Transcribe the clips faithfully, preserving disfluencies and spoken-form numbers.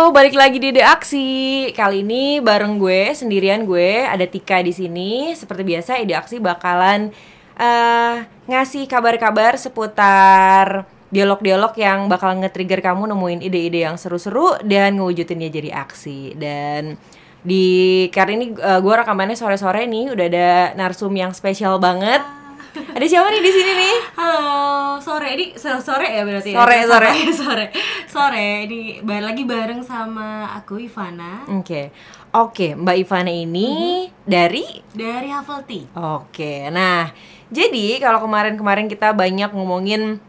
Halo, balik lagi di The Aksi. Kali ini bareng gue, sendirian gue, ada Tika di sini. Seperti biasa, The Aksi bakalan uh, ngasih kabar-kabar seputar dialog-dialog yang bakal nge-trigger kamu nemuin ide-ide yang seru-seru dan ngewujudinnya jadi aksi. Dan di kali ini uh, gue rekamannya sore-sore nih, udah ada narsum yang spesial banget. Ada siapa nih di sini nih? Halo, sore ini sore ya berarti sore, ya? Sore, sore, sore, sore. Ini balik lagi bareng sama aku Ivana. Oke, okay. oke, okay, Mbak Ivana ini mm-hmm. dari dari Huffle Tea. Oke, okay. Nah, jadi kalau kemarin-kemarin kita banyak ngomongin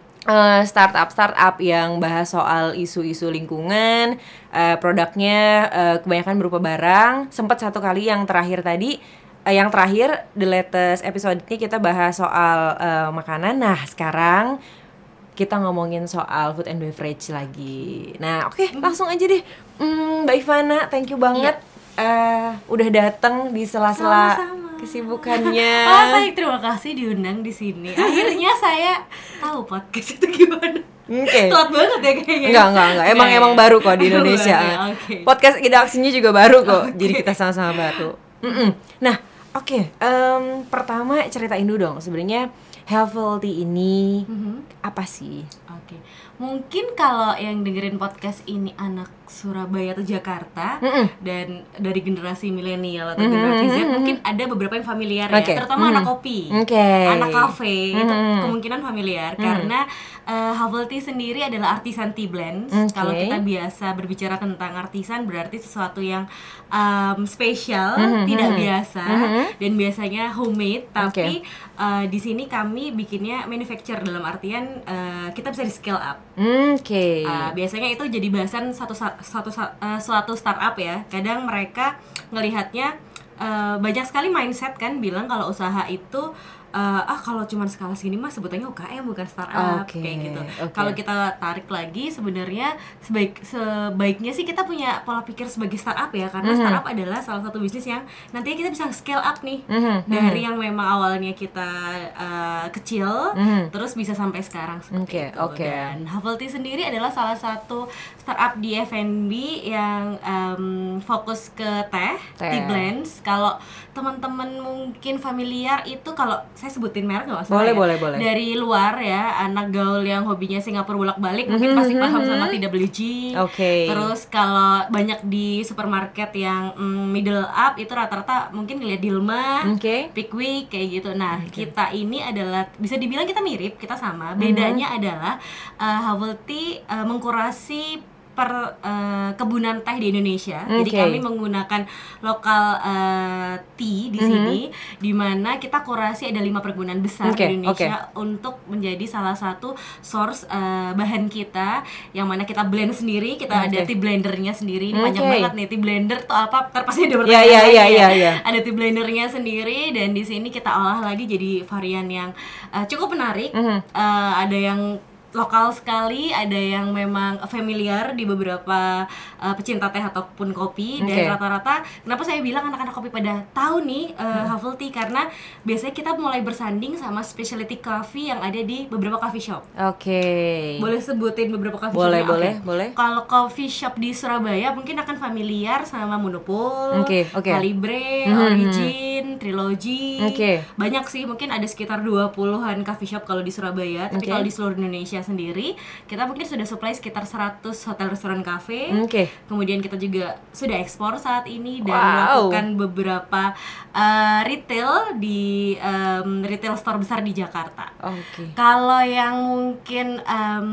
uh, startup-startup yang bahas soal isu-isu lingkungan, uh, produknya uh, kebanyakan berupa barang. Sempat satu kali yang terakhir tadi. Uh, yang terakhir, the latest episode ini kita bahas soal uh, makanan. Nah, sekarang kita ngomongin soal food and beverage lagi. Nah, oke, okay, mm. langsung aja deh. Mm, Mbak Ivana, thank you banget yeah. uh, udah datang di sela-sela Sama-sama. Kesibukannya. Oh, saya terima kasih diundang di sini. Akhirnya saya tahu podcast itu gimana. Oke. Okay. Telat banget ya kayaknya. Enggak, enggak, enggak. Emang nah, emang baru kok di Indonesia. Okay. Podcast Idaksinya juga baru kok. Okay. Jadi kita sama-sama baru. Mm-mm. Nah, oke, okay, um, pertama ceritain dulu dong sebenarnya Huffle Tea ini mm-hmm. apa sih? Oke, okay. Mungkin kalau yang dengerin podcast ini anak Surabaya atau Jakarta mm-hmm. dan dari generasi milenial atau mm-hmm. generasi Z mm-hmm. mungkin ada beberapa yang familiar okay. ya, terutama mm-hmm. anak kopi, okay. anak kafe mm-hmm. itu kemungkinan familiar mm-hmm. karena uh, Huffle Tea sendiri adalah artisan tea blends. Okay. Kalau kita biasa berbicara tentang artisan berarti sesuatu yang um, spesial, mm-hmm. tidak biasa mm-hmm. dan biasanya homemade, tapi okay. uh, di sini kami bikinnya manufacture dalam artian uh, kita bisa di scale up. Oke. Okay. Uh, biasanya itu jadi bahasan satu satu uh, suatu startup ya. Kadang mereka ngelihatnya uh, banyak sekali mindset kan bilang kalau usaha itu Uh, ah kalau cuma skala segini mah sebutannya U K M bukan startup okay, kayak gitu. Okay. Kalau kita tarik lagi sebenarnya sebaik sebaiknya sih kita punya pola pikir sebagai startup ya, karena mm-hmm. startup adalah salah satu bisnis yang nantinya kita bisa scale up nih mm-hmm. dari yang memang awalnya kita uh, kecil mm-hmm. terus bisa sampai sekarang seperti okay, itu. Okay. Dan Huffle Tea sendiri adalah salah satu startup di F and B yang um, fokus ke teh, teh. tea blends. Kalau teman-teman mungkin familiar itu kalau saya sebutin merek nggak masalah boleh, ya. Boleh, boleh. Dari luar ya, anak gaul yang hobinya Singapura bolak-balik mm-hmm, mungkin pasti paham mm-hmm. sama T W G. Okay. Terus kalau banyak di supermarket yang mm, middle up itu rata-rata mungkin ngeliat Dilma, okay. Pickwick kayak gitu. Nah, okay. kita ini adalah bisa dibilang kita mirip, kita sama. Bedanya mm-hmm. adalah uh, Huffle Tea uh, mengkurasi per uh, kebunan teh di Indonesia. Okay. Jadi kami menggunakan lokal uh, tea di mm-hmm. sini, di mana kita kurasi ada lima perkebunan besar okay. di Indonesia okay. untuk menjadi salah satu source uh, bahan kita, yang mana kita blend sendiri. Kita okay. ada tea blendernya sendiri. Ini okay. panjang banget nih, tea blender tuh apa? Ntar pasti ada pertanyaan yeah, yeah, lagi yeah, ya. yeah, yeah. Ada tea blendernya sendiri, dan di sini kita olah lagi jadi varian yang uh, cukup menarik. Mm-hmm. Uh, ada yang lokal sekali, ada yang memang familiar di beberapa uh, pecinta teh ataupun kopi. Okay. Dan rata-rata, kenapa saya bilang anak-anak kopi pada tahu nih uh, hmm. Huffle Tea, karena biasanya kita mulai bersanding sama specialty coffee yang ada di beberapa coffee shop. Oke. Okay. Boleh sebutin beberapa coffee boleh, shop? Boleh, okay. boleh. Kalau coffee shop di Surabaya mungkin akan familiar sama Monopol, okay, okay. Calibre, mm-hmm. Origin, Trilogy. Okay. Banyak sih, mungkin ada sekitar dua puluhan coffee shop kalau di Surabaya. Tapi okay. kalau di seluruh Indonesia sendiri kita mungkin sudah supply sekitar seratus hotel, restoran, kafe. Okay. Kemudian kita juga sudah ekspor saat ini dan wow. melakukan beberapa uh, retail di um, retail store besar di Jakarta. Okay. Kalau yang mungkin um,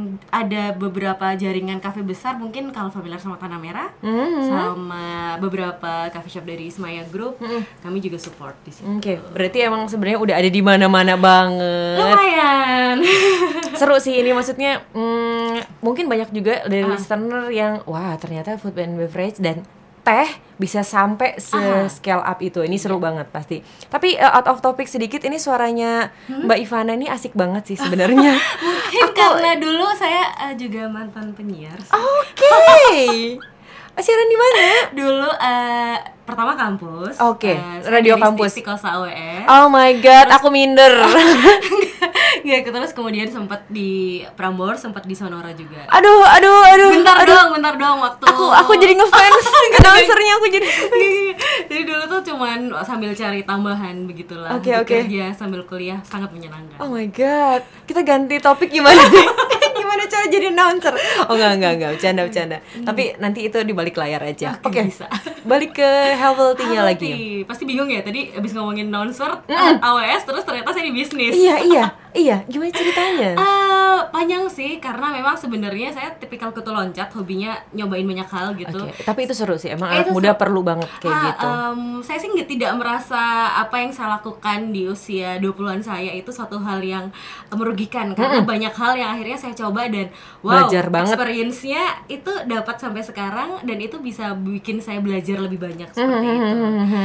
ada beberapa jaringan kafe besar, mungkin kalau familiar sama Tanah Merah, mm-hmm. sama beberapa coffee shop dari Ismaya Group, mm-hmm. kami juga support di situ. Oke, okay. Berarti emang sebenarnya udah ada di mana-mana banget. Lumayan. Seru sih ini, maksudnya hmm, mungkin banyak juga dari uh. listener yang wah ternyata food and beverage dan teh bisa sampai se-scale up itu. Ini seru yeah. banget pasti. Tapi uh, out of topic sedikit, ini suaranya hmm? Mbak Ivana ini asik banget sih sebenarnya. Mungkin Aku... karena dulu saya uh, juga mantan penyiar. Oke. Okay. Siaran di mana? Dulu uh, pertama kampus. Oke. Okay. Uh, Radio kampus. Psikosa U S. Oh my god, terus, aku minder. Gak, terus kemudian sempat di Prambors, sempat di Sonora juga. Aduh, aduh, aduh. Bentar aduh. dong, bentar dong waktu. Aku aku jadi ngefans. Announcernya aku jadi Jadi dulu tuh cuman sambil cari tambahan begitulah. Oke, oke. Bekerja sambil kuliah sangat menyenangkan. Oh my god. Kita ganti topik gimana nih? Gimana cara jadi announcer? Oh enggak, enggak, enggak. Bercanda, bercanda. Tapi nanti itu di balik layar aja. Oke, Oke. bisa. Balik ke Healthy-nya lagi. Healthy. Pasti bingung ya tadi abis ngomongin announcer, uh, A W S terus ternyata saya di bisnis. Iya, iya. Iya, gimana ceritanya? Uh, panjang sih karena memang sebenarnya saya tipikal kutu loncat, hobinya nyobain banyak hal gitu. Oke, tapi itu seru sih. Emang Eh, anak itu muda seru. perlu banget kayak Ah, gitu. em, saya sih nggak tidak merasa apa yang saya lakukan di usia dua puluhan saya itu suatu hal yang merugikan karena banyak hal yang akhirnya saya coba dan wow, Belajar banget. experience-nya itu dapat sampai sekarang dan itu bisa bikin saya belajar lebih banyak seperti itu.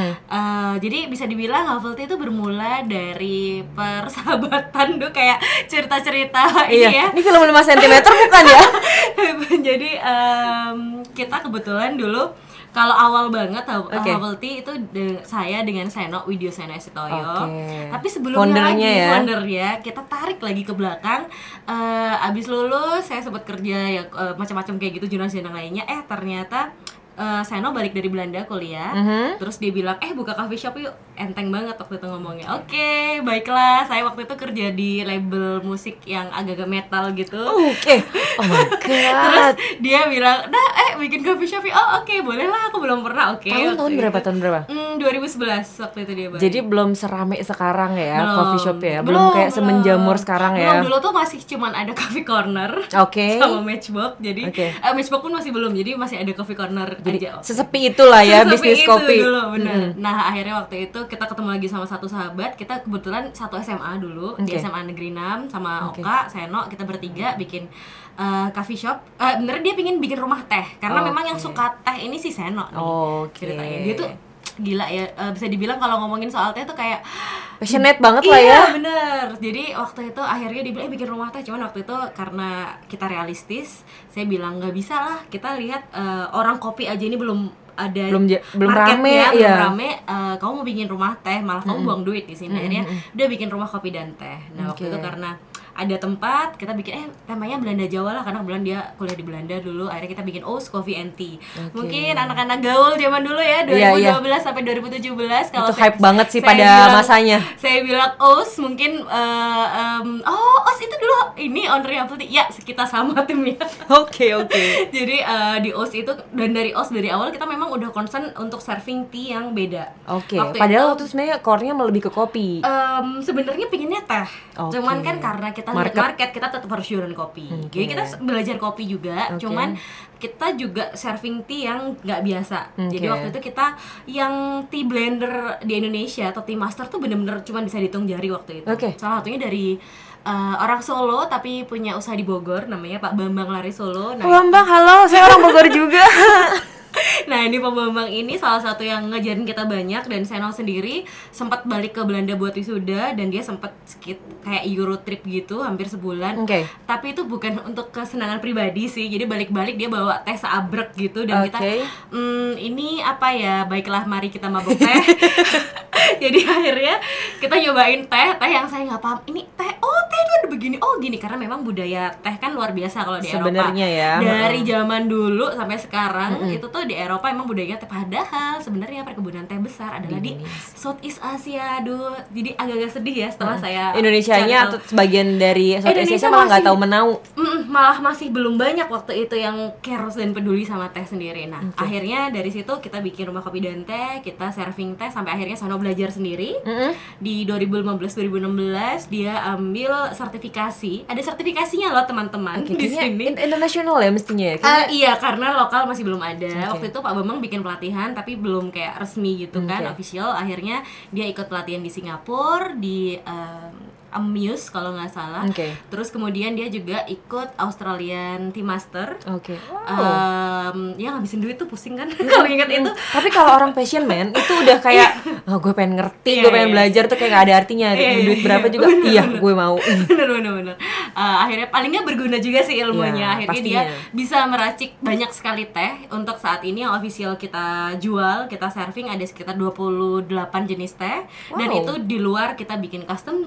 Eh, jadi bisa dibilang Healthy itu bermula dari persahabatan tuh kayak cerita-cerita ini Iya. ya. Ini film lima sentimeter bukan ya? Jadi em, kita kebetulan dulu kalau awal banget Oke. Healthy itu de- saya dengan Seno Widyo Seno Esitoyo. Oke. Tapi sebelumnya Foundernya lagi ya? foundernya kita tarik lagi ke belakang. Eh, abis lulus saya sempat kerja ya eh, macam-macam kayak gitu jurnal-jurnal lainnya. Eh ternyata eh, Seno balik dari Belanda kuliah. Mhm. Terus dia bilang eh buka coffee shop yuk. Enteng banget waktu itu ngomongnya. Oke baiklah, saya waktu itu kerja di label musik yang agak-agak metal gitu. Oke. Oh my Terus god. dia bilang, "Nah, eh bikin coffee shop." Oh, oke, boleh lah. Aku belum pernah. Oke. Tahun tahun waktu berapa? itu. Tahun berapa? Hmm, dua ribu sebelas waktu itu dia balik. Jadi belum serame sekarang ya Belum. coffee shop ya. Belum, kayak belum. semenjamur sekarang Belum, ya. dulu tuh masih cuman ada coffee corner. Oke. Sama Matchbox. Jadi Oke. eh, Matchbox pun masih belum. Jadi masih ada coffee corner Jadi aja. sesepi itulah ya Sesepi bisnis itu kopi. dulu, benar. Mm-mm. Nah, akhirnya waktu itu kita ketemu lagi sama satu sahabat. Kita kebetulan satu S M A dulu di Oke. S M A Negeri enam sama Oke. Oka, Seno, kita bertiga bikin uh, coffee shop. Uh, bener dia pingin bikin rumah teh karena memang yang Oke. suka teh ini si Seno nih. Oke. Ceritanya. Dia tuh gila ya, uh, bisa dibilang kalau ngomongin soal teh tuh kayak Passionate banget lah ya. iya bener. Jadi waktu itu akhirnya dia bilang eh, bikin rumah teh. Cuman waktu itu karena kita realistis, saya bilang nggak bisa lah. Kita lihat uh, orang kopi aja ini belum ada Belum ja- belum marketnya, rame, belum iya. rame. Uh, kamu mau bikin rumah teh, malah kamu buang duit di sini. Akhirnya dia bikin rumah kopi dan teh. Nah waktu Oke. itu karena ada tempat kita bikin eh temanya Belanda Jawa lah karena kebetulan dia kuliah di Belanda dulu. Akhirnya kita bikin O's Coffee and Tea. Oke. Mungkin anak-anak gaul zaman dulu ya Iya, iya. dua ribu dua belas sampai dua ribu tujuh belas kalau Itu saya- hype banget sih saya pada bilang- masanya. Saya bilang O's mungkin eh, em, oh O's itu dulu ini ownernya Healthy. Ya kita sama timnya. Oke, oke. Jadi eh, di O's itu dan dari O's dari awal kita memang udah concern untuk serving tea yang beda. Oke. Waktu Padahal itu, waktu sebenarnya core-nya lebih ke kopi. Em, sebenarnya pinginnya teh, Oke. cuman kan karena kita lihat Market. market kita tetap harus jualan kopi. Oke. Jadi kita belajar kopi juga, Oke. cuman kita juga serving tea yang nggak biasa. Jadi Oke. waktu itu kita yang tea blender di Indonesia atau tea master tuh bener-bener cuman bisa dihitung jari waktu itu. Oke. Salah satunya dari eh, orang Solo tapi punya usaha di Bogor, namanya Pak Bambang Lari Solo. Nah, Pak Bambang, halo, saya orang Bogor juga. Nah ini Pak Bambang ini salah satu yang ngajarin kita banyak dan Seno sendiri sempat balik ke Belanda buat wisuda dan dia sempat skit kayak Euro trip gitu hampir sebulan. Oke. Tapi itu bukan untuk kesenangan pribadi sih. Jadi balik-balik dia bawa teh seabrek gitu dan kita Oke. hmm, ini apa ya? Baiklah mari kita mabuk teh. Jadi akhirnya kita nyobain teh, teh yang saya nggak paham. Ini teh, oh teh itu ada begini, oh gini karena memang budaya teh kan luar biasa kalau di Eropa. Sebenarnya ya. Dari Mm-mm. zaman dulu sampai sekarang itu tuh di Eropa emang budayanya teh, padahal sebenarnya perkebunan teh besar adalah di, Southeast Asia. Aduh, jadi agak-agak sedih ya setelah saya Indonesianya cari atau tahu. sebagian dari Southeast Indonesia Asia malah nggak masih- tahu menau. Mm, malah masih belum banyak waktu itu yang cares dan peduli sama teh sendiri. Nah, akhirnya dari situ kita bikin rumah kopi dan teh, kita serving teh sampai akhirnya Sono belajar sendiri. Mm-mm. Di dua ribu lima belas dua ribu enam belas dia ambil sertifikasi. Ada sertifikasinya loh teman-teman Oke, di kayaknya sini. in- internasional ya mestinya ya. Eh, Kayaknya- iya karena lokal masih belum ada. Oke. Waktu itu Pak Bambang bikin pelatihan tapi belum kayak resmi gitu kan, Oke. official. Akhirnya dia ikut pelatihan di Singapura di um, Amuse kalau nggak salah. Oke. Terus kemudian dia juga ikut Australian Tea Master. Oke. Wow. Um, ya ngabisin duit tuh pusing kan kalau ingat itu. Tapi kalau orang passion man itu udah kayak oh, gue pengen ngerti, Iya, gue pengen iya, belajar tuh kayak gak ada artinya. Iya, iya, Duit berapa iya. juga, Bener, iya bener. gue mau. bener bener bener Uh, akhirnya palingnya berguna juga sih ilmunya. Ya, Akhirnya pastinya. dia bisa meracik banyak sekali teh. Untuk saat ini yang official kita jual, kita serving ada sekitar dua puluh delapan jenis teh. Dan Wow. itu di luar kita bikin custom blend, di luar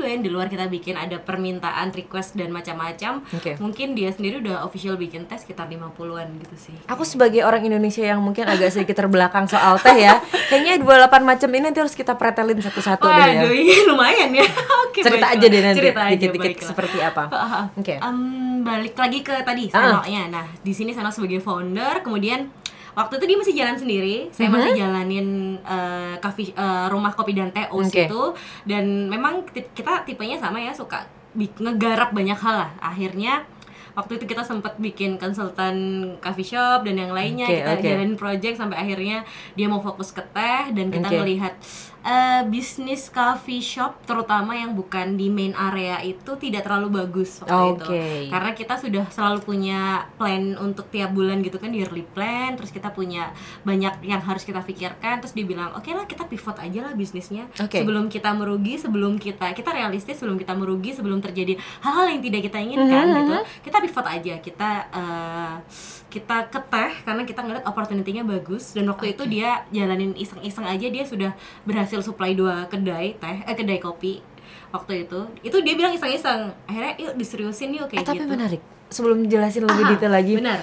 setelah kita bikin ada permintaan, request dan macam-macam, okay. mungkin dia sendiri udah official bikin teh sekitar lima puluhan gitu sih. Aku sebagai orang Indonesia yang mungkin agak sedikit terbelakang soal teh ya, kayaknya dua puluh delapan macam ini nanti harus kita pretelin satu-satu deh ya. Waduh, iya lumayan ya. Oke, cerita baiklah. aja deh nanti Cerita aja, dikit-dikit baiklah. seperti apa. Oke. Okay. Um, balik lagi ke tadi Seno-nya. Nah, di sini Seno sebagai founder, kemudian waktu itu dia masih jalan sendiri, saya mm-hmm. masih jalanin uh, coffee, uh, rumah kopi dan teh O's okay. itu, dan memang t- kita tipenya sama ya, suka bi- ngegarap banyak hal lah. Akhirnya waktu itu kita sempat bikin konsultan coffee shop dan yang lainnya, okay, kita okay. jalanin project sampai akhirnya dia mau fokus ke teh, dan kita okay. melihat uh, bisnis coffee shop terutama yang bukan di main area itu tidak terlalu bagus waktu okay. itu, karena kita sudah selalu punya plan untuk tiap bulan gitu kan, yearly plan, terus kita punya banyak yang harus kita pikirkan, terus dibilang oke okay lah kita pivot aja lah bisnisnya, okay. sebelum kita merugi, sebelum kita kita realistis, sebelum kita merugi, sebelum terjadi hal-hal yang tidak kita inginkan mm-hmm. gitu, kita pivot aja, kita uh, kita ke teh karena kita ngeliat opportunity-nya bagus, dan waktu okay. itu dia jalanin iseng-iseng aja, dia sudah berhasil supply dua kedai teh, eh kedai kopi waktu itu. Itu dia bilang iseng-iseng, akhirnya yuk diseriusin yuk kayak eh, tapi gitu. Tapi menarik, sebelum jelasin lebih Aha, detail lagi. Benar.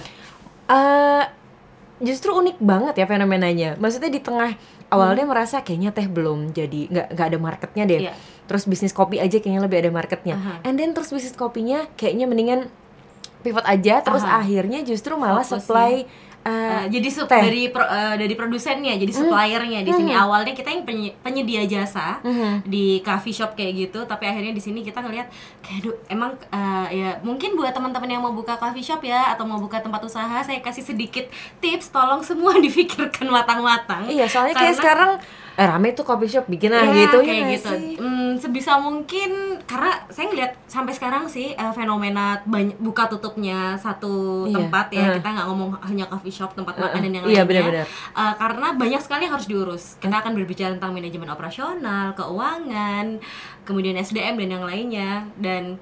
Uh, justru unik banget ya fenomenanya. Maksudnya di tengah awalnya hmm. merasa kayaknya teh belum jadi, nggak nggak ada marketnya deh. Yeah. Terus bisnis kopi aja kayaknya lebih ada marketnya. Uh-huh. And then terus bisnis kopinya kayaknya mendingan pivot aja, terus uh-huh. akhirnya justru malah Fokusnya. supply Uh, jadi sup dari pro, uh, dari produsennya, jadi suppliernya di sini. Mm. Awalnya kita yang penye- penyedia jasa mm-hmm. di coffee shop kayak gitu, tapi akhirnya di sini kita ngelihat kayak aduh, emang uh, ya mungkin buat teman-teman yang mau buka coffee shop ya atau mau buka tempat usaha, saya kasih sedikit tips, tolong semua difikirkan matang-matang. Iya, soalnya karena, kayak sekarang eh, rame tuh coffee shop bikin lah ya, gitu kayak ya gitu. Hmm, sebisa mungkin, karena saya ngeliat sampai sekarang sih uh, fenomena banyak buka tutupnya satu iya. tempat ya, uh. kita nggak ngomong hanya coffee shop, tempat makan uh, dan yang iya, lainnya, benar-benar. Uh, karena banyak sekali yang harus diurus. Kita akan berbicara tentang manajemen operasional, keuangan, kemudian S D M dan yang lainnya. Dan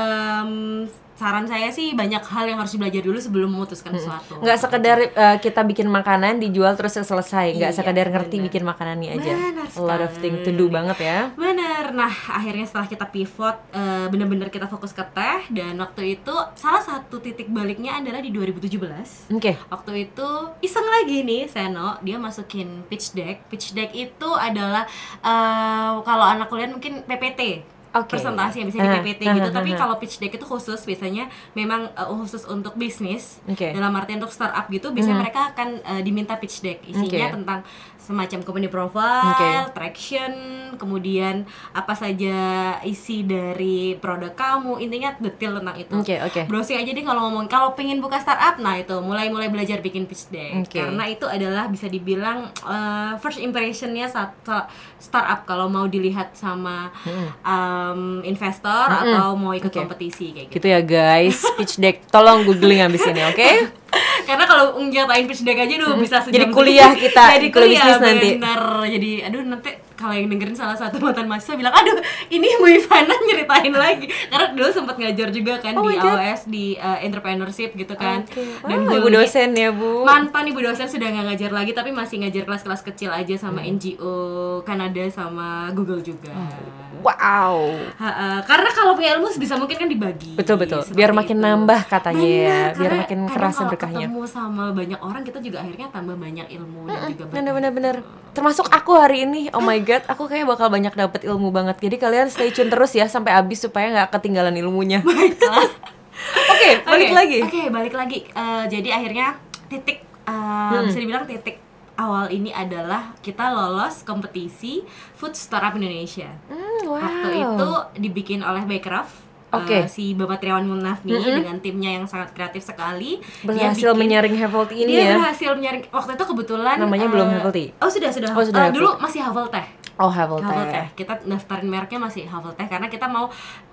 um, saran saya sih banyak hal yang harus belajar dulu sebelum memutuskan sesuatu. Nggak sekedar uh, kita bikin makanan dijual terus selesai, nggak iya, sekedar ngerti bener. bikin makanannya aja. Benar, a lot of thing to do banget ya. Bener. Nah akhirnya setelah kita pivot, uh, bener-bener kita fokus ke teh, dan waktu itu salah satu titik baliknya adalah di dua ribu tujuh belas. Oke. Okay. Waktu itu iseng lagi nih Seno, dia masukin pitch deck. Pitch deck itu adalah uh, kalau anak kuliah mungkin P P T. Okay. Presentasi yang bisa di P P T uh, gitu, uh, uh, tapi uh. kalau pitch deck itu khusus, biasanya memang uh, khusus untuk bisnis, okay. dalam artian untuk startup gitu, biasanya uh. mereka akan uh, diminta pitch deck, isinya okay. tentang semacam company profile, okay. traction, kemudian apa saja isi dari produk kamu, intinya detail tentang itu. Okay, okay. Browsing aja deh kalau ngomong, kalau pengen buka startup, nah itu mulai-mulai belajar bikin pitch deck, okay. karena itu adalah bisa dibilang uh, first impressionnya saat startup kalau mau dilihat sama hmm. um, investor hmm. atau mau ikut okay. kompetisi kayak gitu. Gitu ya guys, pitch deck, tolong googling abis ini, oke? Okay? Karena kalau nyatain pitch deck aja dulu hmm. bisa sejam. Jadi kuliah kita, jadi kuliah nanti. Bener. Jadi aduh nanti kalau yang dengerin salah satu mantan mahasiswa bilang, aduh ini Bu Ivana nyeritain lagi. Karena dulu sempat ngajar juga kan oh di A O S, di uh, entrepreneurship gitu kan. Okay. Dan oh, ibu dosen ya Bu. Mantan ibu dosen sudah nggak ngajar lagi, tapi masih ngajar kelas-kelas kecil aja sama hmm. N G O Kanada sama Google juga. Wow. Ha, uh, karena kalau punya ilmu bisa mungkin kan dibagi. Betul betul. Biar makin itu. nambah katanya. Bener, ya. Biar makin kerasa berkahnya. Ketemu sama banyak orang, kita juga akhirnya tambah banyak ilmu dan juga benar-benar. Termasuk aku hari ini, oh my god, aku kayaknya bakal banyak dapat ilmu banget. Jadi kalian stay tune terus ya sampai habis supaya nggak ketinggalan ilmunya. Baiklah. Oke, balik okay. lagi. Oke, okay, balik lagi. Uh, jadi akhirnya titik uh, hmm. bisa dibilang titik awal ini adalah kita lolos kompetisi Food Startup Indonesia. Mm, wow. Waktu itu dibikin oleh Backcraft. Okay. Uh, si Bapak Triawan Munafni mm-hmm. dengan timnya yang sangat kreatif sekali, berhasil bikin, menyaring Healthy ini dia ya. Dia berhasil menyaring, waktu itu kebetulan namanya uh, belum Healthy. Oh sudah sudah. Oh, sudah uh, dulu masih Havel Teh. Oh Havel Teh. Kita daftarin mereknya masih Havel Teh karena kita mau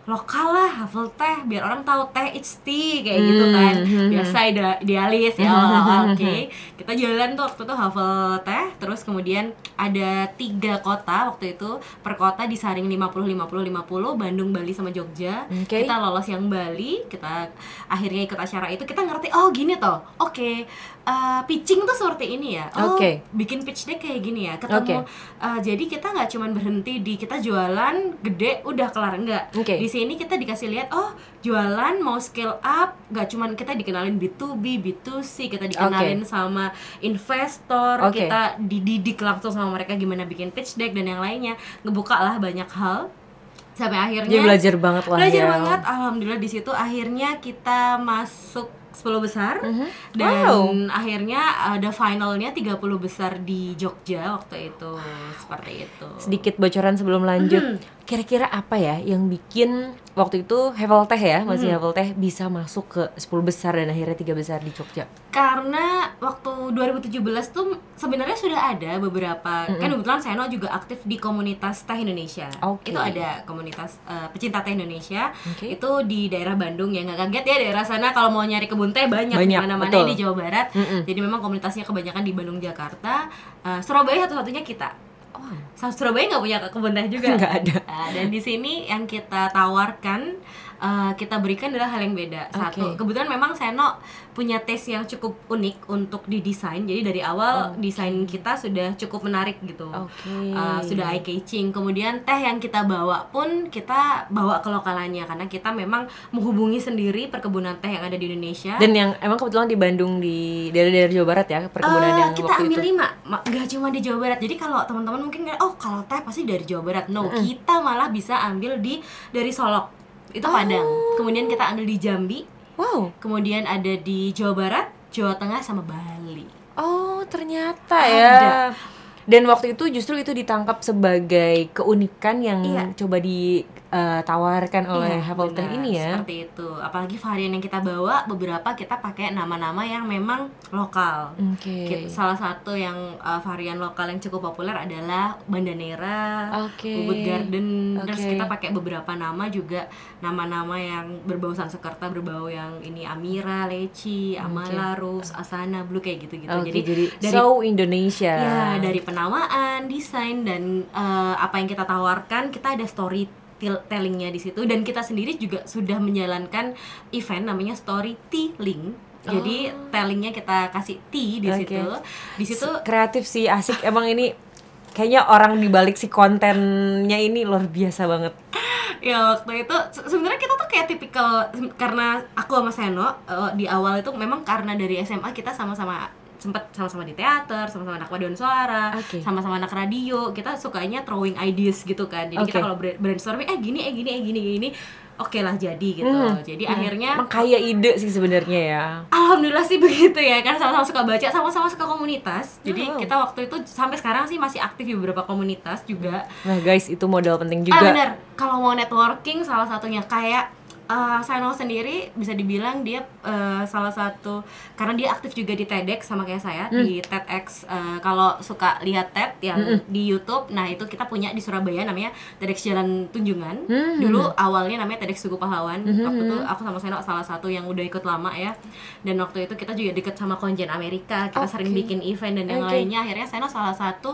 lokal lah, hafal teh, biar orang tahu teh it's tea kayak gitu kan. Biasa ide- idealis ya. Oke, okay. Kita jalan tuh waktu itu hafal teh, terus kemudian ada tiga kota waktu itu, per kota disaring lima puluh lima puluh lima puluh, Bandung, Bali sama Jogja. Okay. Kita lolos yang Bali, kita akhirnya ikut acara itu, kita ngerti oh gini toh. Oke. Okay. Uh, pitching tuh seperti ini ya. Oh, okay. bikin pitch deck kayak gini ya. Ketemu Okay. uh, jadi kita nggak cuma berhenti di kita jualan gede udah kelar, enggak. Okay. Di sini kita dikasih lihat oh jualan mau scale up, nggak cuma kita dikenalin B to B, B to C, kita dikenalin okay. sama investor, okay. kita dididik langsung sama mereka gimana bikin pitch deck dan yang lainnya, ngebuka lah banyak hal sampai akhirnya dia belajar banget lah belajar ya. banget. Alhamdulillah di situ akhirnya kita masuk sepuluh besar mm-hmm. dan wow. akhirnya ada finalnya tiga puluh besar di Jogja waktu itu. Seperti itu. Sedikit bocoran sebelum lanjut. Mm-hmm. Kira-kira apa ya yang bikin waktu itu Hevel Teh ya, masih mm-hmm. Hevel Teh bisa masuk ke sepuluh besar dan akhirnya tiga besar di Jogja? Karena waktu dua ribu tujuh belas tuh sebenarnya sudah ada beberapa, mm-hmm. kan kebetulan Seno juga aktif di komunitas Teh Indonesia. Okay. Itu ada komunitas uh, pecinta teh Indonesia. Okay. Itu di daerah Bandung ya, nggak kaget ya daerah sana kalau mau nyari kebun teh banyak, banyak di mana-mana di Jawa Barat. Mm-mm. Jadi memang komunitasnya kebanyakan di Bandung, Jakarta, uh, Surabaya satu-satunya kita. Oh, Surabaya nggak punya kebun teh juga. Nggak ada. Uh, dan di sini yang kita tawarkan, uh, kita berikan adalah hal yang beda. Satu, okay. kebetulan memang Seno punya taste yang cukup unik untuk didesain. Jadi dari awal okay. desain kita sudah cukup menarik gitu. Okay. Uh, sudah eye catching. Kemudian teh yang kita bawa pun kita bawa ke lokalannya karena kita memang menghubungi sendiri perkebunan teh yang ada di Indonesia. Dan yang emang kebetulan di Bandung, di daerah-daerah Jawa Barat ya, perkebunan uh, yang kita waktu ambil itu. lima, nggak cuma di Jawa Barat. Jadi kalau teman-teman mungkin kayak oh kalau teh pasti dari Jawa Barat. No, mm-hmm. kita malah bisa ambil di dari Solok. Itu oh. Padang. Kemudian kita ambil di Jambi. Wow. Kemudian ada di Jawa Barat, Jawa Tengah sama Bali. Oh, ternyata ada. Ya. Dan waktu itu justru itu ditangkap sebagai keunikan yang iya. coba ditawarkan uh, oleh iya, Hevel Teh ini ya. Seperti itu. Apalagi varian yang kita bawa beberapa kita pakai nama-nama yang memang lokal. Okay. Salah satu yang uh, varian lokal yang cukup populer adalah Bandanera, okay. Ubud Garden. Okay. Terus kita pakai beberapa nama juga, nama-nama yang berbau Sansekerta, berbau yang ini Amira, Leci, Amala, okay. Rose, Asana, Blue kayak gitu-gitu. Okay, jadi, jadi dari so Indonesia. Ya, dari penamaan, desain dan uh, apa yang kita tawarkan, kita ada story tellingnya di situ dan kita sendiri juga sudah menjalankan event namanya Storytelling. Jadi oh. tellingnya kita kasih T di okay. situ. Di situ kreatif sih, asik. Emang ini kayaknya orang dibalik si kontennya ini luar biasa banget. Ya waktu itu sebenarnya kita tuh kayak tipikal, karena aku sama Seno uh, di awal itu memang karena dari S M A kita sama-sama sempat sama-sama di teater, sama-sama anak paduan suara, okay. sama-sama anak radio. Kita sukanya throwing ideas gitu kan. Jadi okay. kita kalau brainstorming eh gini eh gini eh gini gini oke okay lah jadi gitu. Hmm. Jadi hmm. akhirnya emang kaya ide sih sebenarnya ya. Alhamdulillah sih begitu ya. Kan sama-sama suka baca, sama-sama suka komunitas. Jadi oh. kita waktu itu sampai sekarang sih masih aktif di beberapa komunitas juga. Nah, guys, itu modal penting juga. Ah, benar. Kalau mau networking salah satunya kayak Uh, Seno sendiri bisa dibilang dia uh, salah satu, karena dia aktif juga di TEDx sama kayak saya hmm. di TEDx. Uh, kalau suka lihat TED yang hmm. di YouTube, nah itu kita punya di Surabaya namanya TEDx Jalan Tunjungan. Hmm. Dulu awalnya namanya TEDx Tugu Pahlawan. Hmm. Waktu itu aku sama Seno salah satu yang udah ikut lama ya. Dan waktu itu kita juga deket sama Konjen Amerika. Kita okay. sering bikin event dan yang okay. lainnya. Akhirnya Seno salah satu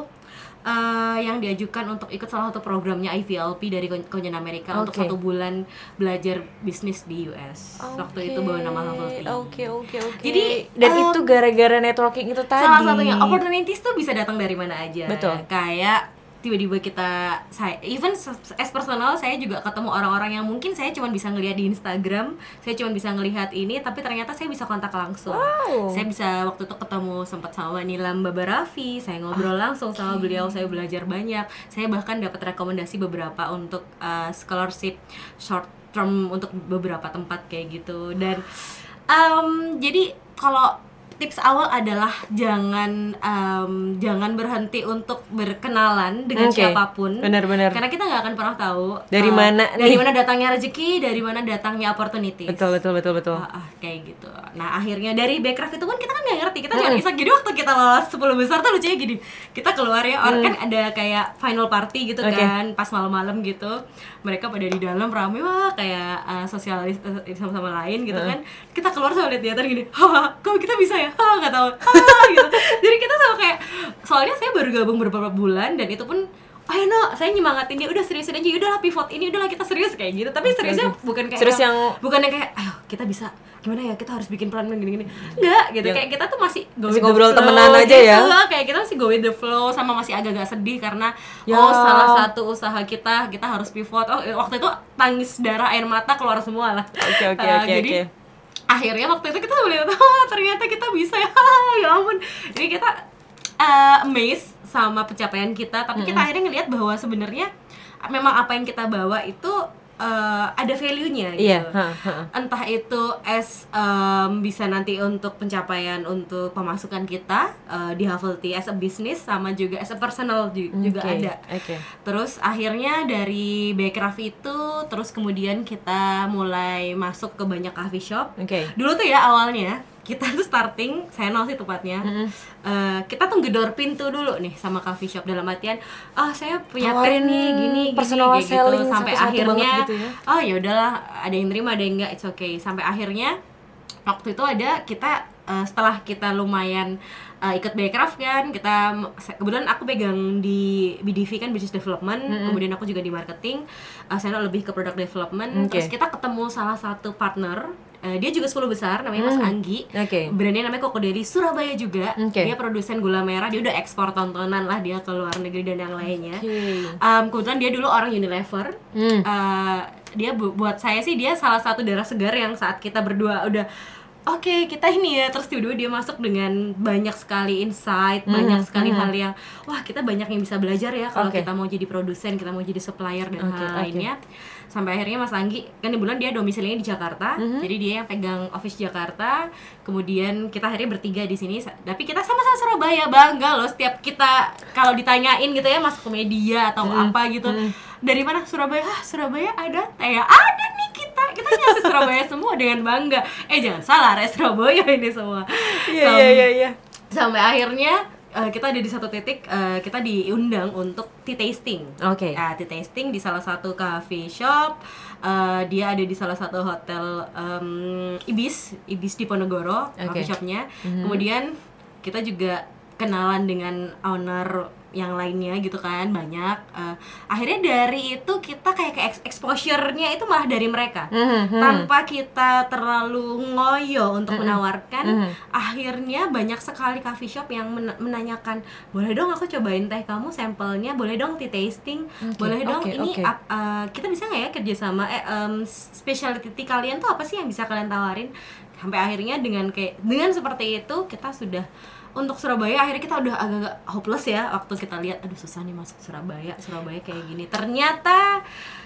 Uh, yang diajukan untuk ikut salah satu programnya I V L P dari Konjen Amerika okay. untuk satu bulan belajar bisnis di U S. Okay. Waktu itu bawa nama Hevel Tea. Oke oke oke. Jadi dan um, itu gara-gara networking itu tadi. Salah satunya opportunities tuh bisa datang dari mana aja. Betul. Kayak tiba-tiba kita, saya even as personal saya juga ketemu orang-orang yang mungkin saya cuma bisa ngelihat di Instagram, saya cuma bisa ngelihat ini, tapi ternyata saya bisa kontak langsung. Wow. Saya bisa waktu itu ketemu sempat sama Nilam Baba Raffi, saya ngobrol langsung okay. sama beliau, saya belajar banyak. Saya bahkan dapat rekomendasi beberapa untuk uh, scholarship short term untuk beberapa tempat kayak gitu. Dan um, jadi kalau tips awal adalah jangan um, jangan berhenti untuk berkenalan dengan Oke, siapapun. benar-benar. Karena kita nggak akan pernah tahu Dari uh, mana dari nih? mana datangnya rezeki, dari mana datangnya opportunities. Betul betul betul betul. Ah, ah, kayak gitu. Nah akhirnya dari Backcraft itu pun kita kan nggak ngerti, kita cuma iseng. Jadi waktu kita lolos sepuluh besar tuh lucunya gini, kita keluar ya, orang kan ada kayak final party gitu Oke. kan, pas malam-malam gitu, mereka pada di dalam rame wah kayak uh, sosialis uh, sama-sama lain gitu kan, kita keluar sama lihat di atas gini, haha, kok kita bisa ya, haha nggak tahu, haha gitu. Jadi kita sama kayak, soalnya saya baru gabung beberapa bulan dan itu pun ayo no, saya nyemangatin dia, udah seriusin aja, udahlah pivot ini, udahlah kita serius kayak gitu. Tapi seriusnya okay. bukan kayak Serius yang- bukan yang kayak, ayo kita bisa, gimana ya, kita harus bikin plan gini-gini. Enggak, gitu. Yang Kayak kita tuh masih go masih with the ngobrol flow temenan aja gitu. ya. Kayak kita masih go with the flow, sama masih agak-agak sedih karena Ya. oh salah satu usaha kita, kita harus pivot. Oh waktu itu tangis darah air mata keluar semua lah. Oke oke Uh, oke jadi, oke. akhirnya waktu itu kita melihat, oh ternyata kita bisa ya, ya ampun. Jadi kita uh, amazed sama pencapaian kita, tapi kita akhirnya ngelihat bahwa sebenarnya memang apa yang kita bawa itu uh, ada value-nya gitu. Iya, ha, ha. Entah itu as um, bisa nanti untuk pencapaian untuk pemasukan kita uh, di Havelty as a business, sama juga as a personal ju- juga Oke, ada. oke. Terus akhirnya dari Backcraft itu, terus kemudian kita mulai masuk ke banyak coffee shop. Oke. Dulu tuh ya awalnya kita tuh starting, saya nol sih tepatnya. Uh, kita tuh gedor pintu dulu nih sama coffee shop, dalam artian, ah saya punya Tawarin teh nih, gini, gini, personal kayak selling gitu. Sampai satu-satu akhirnya, banget gitu ya. oh ya udahlah, ada yang terima, ada yang enggak, it's okay. Sampai akhirnya waktu itu ada kita uh, setelah kita lumayan uh, ikut Backcraft kan, kita kebetulan aku pegang di B D V kan, business development, mm-hmm. kemudian aku juga di marketing, uh, saya lebih ke product development. Okay. Terus kita ketemu salah satu partner, uh, dia juga sepuluh besar, namanya Mas Mm. Anggi. Oke. Brandnya namanya Koko Deli, Surabaya juga. Okay. Dia produsen gula merah, dia udah ekspor tontonan lah dia ke luar negeri dan yang lainnya. Okay. Um, kebetulan dia dulu orang Unilever. Hmm. Uh, dia bu- buat saya sih dia salah satu darah segar yang saat kita berdua udah oke okay, kita ini ya, terus tiba-tiba dia masuk dengan banyak sekali insight, Hmm, banyak sekali hmm. hal yang wah kita banyak yang bisa belajar ya kalau Okay. kita mau jadi produsen, kita mau jadi supplier dan Okay, hal okay. lainnya. Sampai akhirnya Mas Anggi kan di bulan dia domisilinya di Jakarta, Mhm. jadi dia yang pegang office Jakarta. Kemudian kita akhirnya bertiga di sini, tapi kita sama-sama Surabaya, bangga loh setiap kita kalau ditanyain gitu ya masuk ke media atau Mhm, apa gitu, mhm. dari mana Surabaya, ah Surabaya ada teh ya, ada nih kita kita nyasar Surabaya semua dengan bangga. Eh jangan salah, res Surabaya ini semua. Iya Sam- iya iya iya. Sampai akhirnya uh, kita ada di satu titik, uh, kita diundang untuk tea tasting. Oke. Nah, tea tasting di salah satu coffee shop. Uh, dia ada di salah satu hotel um, Ibis, Ibis Diponegoro, coffee Oke. shopnya. Mhm. Kemudian kita juga kenalan dengan owner yang lainnya gitu kan, banyak. Uh, akhirnya dari itu kita kayak ke ex- exposure-nya itu malah dari mereka. Mhm, mhm. Tanpa kita terlalu ngoyo untuk menawarkan, Mhm. akhirnya banyak sekali coffee shop yang men- menanyakan, boleh dong aku cobain teh kamu sampelnya, boleh dong tea tasting, Oke, boleh dong oke, ini oke. ap- uh, kita bisa nggak ya kerjasama, eh, um, specialty tea kalian tuh apa sih yang bisa kalian tawarin? Sampai akhirnya dengan kayak dengan seperti itu kita sudah untuk Surabaya, akhirnya kita udah agak-agak hopeless ya waktu kita lihat, aduh susah nih masuk Surabaya, Surabaya kayak gini. Ternyata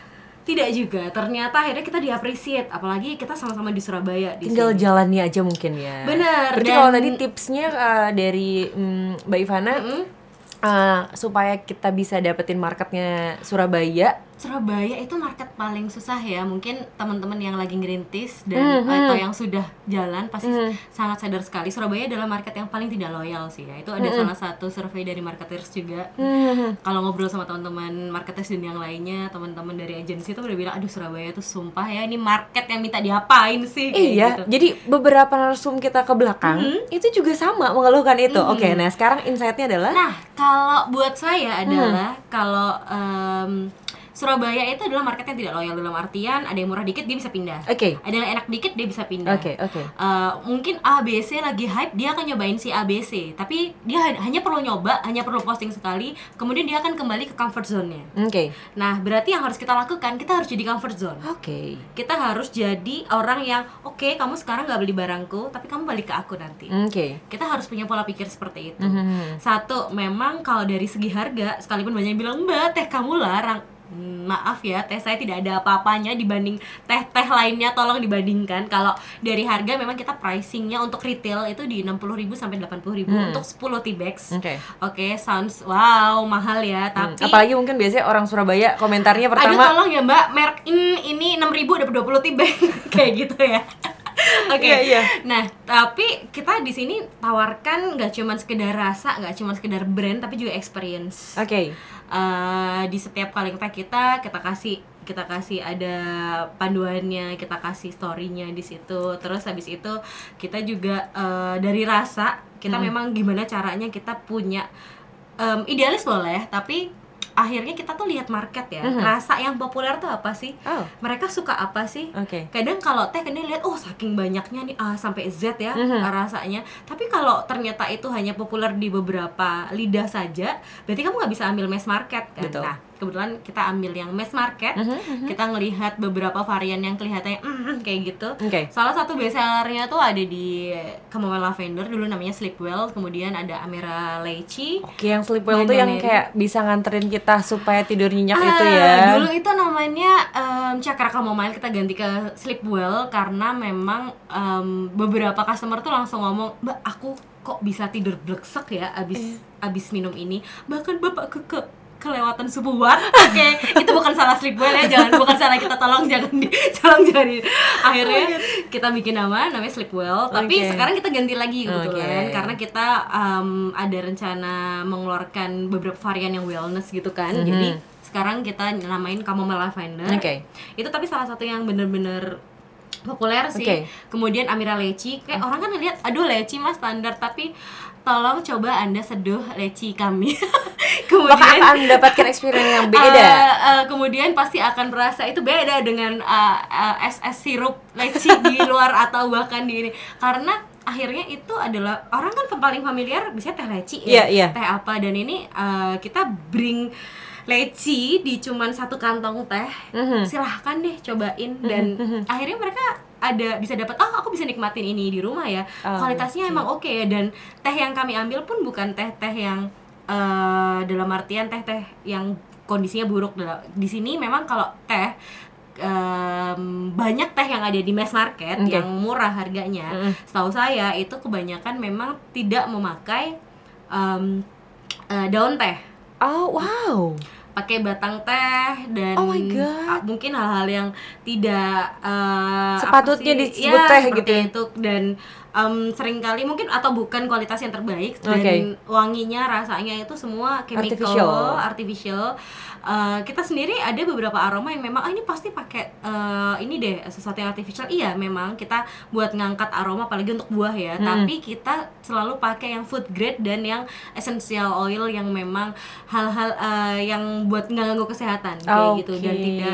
tidak juga, ternyata akhirnya kita di-appreciate, apalagi kita sama-sama di Surabaya di Tinggal sini. jalannya aja mungkin ya. Benar, Berarti dan- kalau tadi tipsnya uh, dari mm, Mbak Ivana Mm-mm. uh, supaya kita bisa dapetin marketnya Surabaya. Surabaya itu market paling susah ya, mungkin teman-teman yang lagi ngerintis dan Mhm. atau yang sudah jalan pasti Mhm. sangat sadar sekali Surabaya adalah market yang paling tidak loyal sih ya. Itu ada Mhm. salah satu survei dari marketers juga. Hmm. Kalau ngobrol sama teman-teman marketers dan yang lainnya, teman-teman dari agensi itu udah bilang, aduh Surabaya tuh sumpah ya, ini market yang minta diapain sih kayak Iya, gitu. jadi beberapa narsum kita ke belakang Mhm. itu juga sama mengeluhkan itu. Mhm. Oke, nah sekarang insight-nya adalah Nah, kalau buat saya Hmm. adalah kalau em, Surabaya itu adalah market yang tidak loyal, dalam artian ada yang murah dikit dia bisa pindah. Oke. Ada yang enak dikit dia bisa pindah. Oke, oke. Uh, mungkin A B C lagi hype, dia akan nyobain si A B C, tapi dia ha- hanya perlu nyoba, hanya perlu posting sekali, kemudian dia akan kembali ke comfort zone-nya. Oke. Nah, berarti yang harus kita lakukan, kita harus jadi comfort zone. Oke. Kita harus jadi orang yang oke, okay, kamu sekarang nggak beli barangku, tapi kamu balik ke aku nanti. Oke. Kita harus punya pola pikir seperti itu. Mhm. Satu, memang kalau dari segi harga, sekalipun banyak yang bilang, Mbak, teh kamu larang, Hmm, maaf ya, teh saya tidak ada apa-apanya dibanding teh-teh lainnya. Tolong dibandingkan. Kalau dari harga memang kita pricingnya untuk retail itu di enam puluh ribu sampai delapan puluh ribu Hmm. untuk sepuluh tea bags. Oke. Oke, sounds wow mahal ya. Hmm, Tapi apalagi mungkin biasanya orang Surabaya komentarnya aduh pertama, tolong ya mbak, merek ini ini enam ribu dapat dua puluh tea bag kayak gitu ya. Oke, Iya, iya. nah tapi kita di sini tawarkan nggak cuma sekedar rasa, nggak cuma sekedar brand, tapi juga experience. oke. Uh, di setiap kaleng teh kita kita kasih kita kasih ada panduannya, kita kasih story-nya di situ. Terus habis itu kita juga uh, dari rasa kita Hmm. memang gimana caranya kita punya um, idealis boleh, tapi akhirnya kita tuh lihat market ya. Mhm. Rasa yang populer tuh apa sih? Oh, Mereka suka apa sih? oke. Kadang kalau teh kan dia lihat oh saking banyaknya nih A sampai Z ya Mhm. rasanya. Tapi kalau ternyata itu hanya populer di beberapa lidah saja, berarti kamu nggak bisa ambil mass market kan. Betul. Nah, kebetulan kita ambil yang mass market. Mhm, mhm. Kita ngelihat beberapa varian yang kelihatannya mm, kayak gitu. Oke. Salah satu bestsellernya tuh ada di Chamomile Lavender, dulu namanya Sleepwell, kemudian ada Amira Lychee. Oke, yang Sleepwell tuh yang Mandarin. kayak bisa nganterin kita supaya tidur nyenyak Ah, itu ya. Dulu itu namanya um, Cakra Chamomile, kita ganti ke Sleepwell karena memang um, beberapa customer tuh langsung ngomong, "Mbak, aku kok bisa tidur bleksek ya abis abis minum ini." Bahkan bapak ke, ke kelewatan subuhan. Oke, itu bukan salah Sleepwell ya, jangan bukan salah kita, tolong jangan di, tolong jangan di. Akhirnya kita bikin nama namanya Sleepwell, tapi Oke. sekarang kita ganti lagi kebetulan Oke. karena kita um, ada rencana mengeluarkan beberapa varian yang wellness gitu kan. Mhm. Jadi sekarang kita namain Chamomile Lavender. Oke. Itu tapi salah satu yang bener-bener populer sih. Oke. Kemudian Amira Lychee, kayak orang kan lihat, aduh Lychee mah standar, tapi tolong coba Anda seduh Lychee kami. Maka Kemudian akan mendapatkan experience yang beda. Uh, uh, kemudian pasti akan merasa itu beda dengan uh, uh, es es sirup Lychee di luar atau bahkan di ini, karena akhirnya itu adalah orang kan paling familiar biasanya teh Lychee Iya, ya, iya. teh apa, dan ini uh, kita bring Lychee di cuman satu kantong teh. Mhm. Silahkan deh cobain, dan akhirnya mereka ada bisa dapat, oh aku bisa nikmatin ini di rumah ya. Oh, Kualitasnya oke. emang oke ya, dan teh yang kami ambil pun bukan teh-teh yang uh, dalam artian teh-teh yang kondisinya buruk. Di sini memang kalau teh um, banyak teh yang ada di mass market Oke. yang murah harganya. Mm-mm. Setahu saya itu kebanyakan memang tidak memakai um, uh, daun teh, Oh, wow. pakai batang teh dan Oh my God. uh, mungkin hal-hal yang tidak uh, apa Sepatutnya sih? disebut Ya, teh seperti gitu ya. itu, dan um, seringkali mungkin atau bukan kualitas yang terbaik, dan Oke. wanginya, rasanya itu semua chemical, Artificial. artificial. Uh, kita sendiri ada beberapa aroma yang memang ah ini pasti pakai uh, ini deh sesuatu yang artificial. Iya, memang kita buat ngangkat aroma apalagi untuk buah ya, Hmm. tapi kita selalu pakai yang food grade dan yang essential oil yang memang hal-hal uh, yang buat nggak ganggu kesehatan kayak gitu, dan Oke. tidak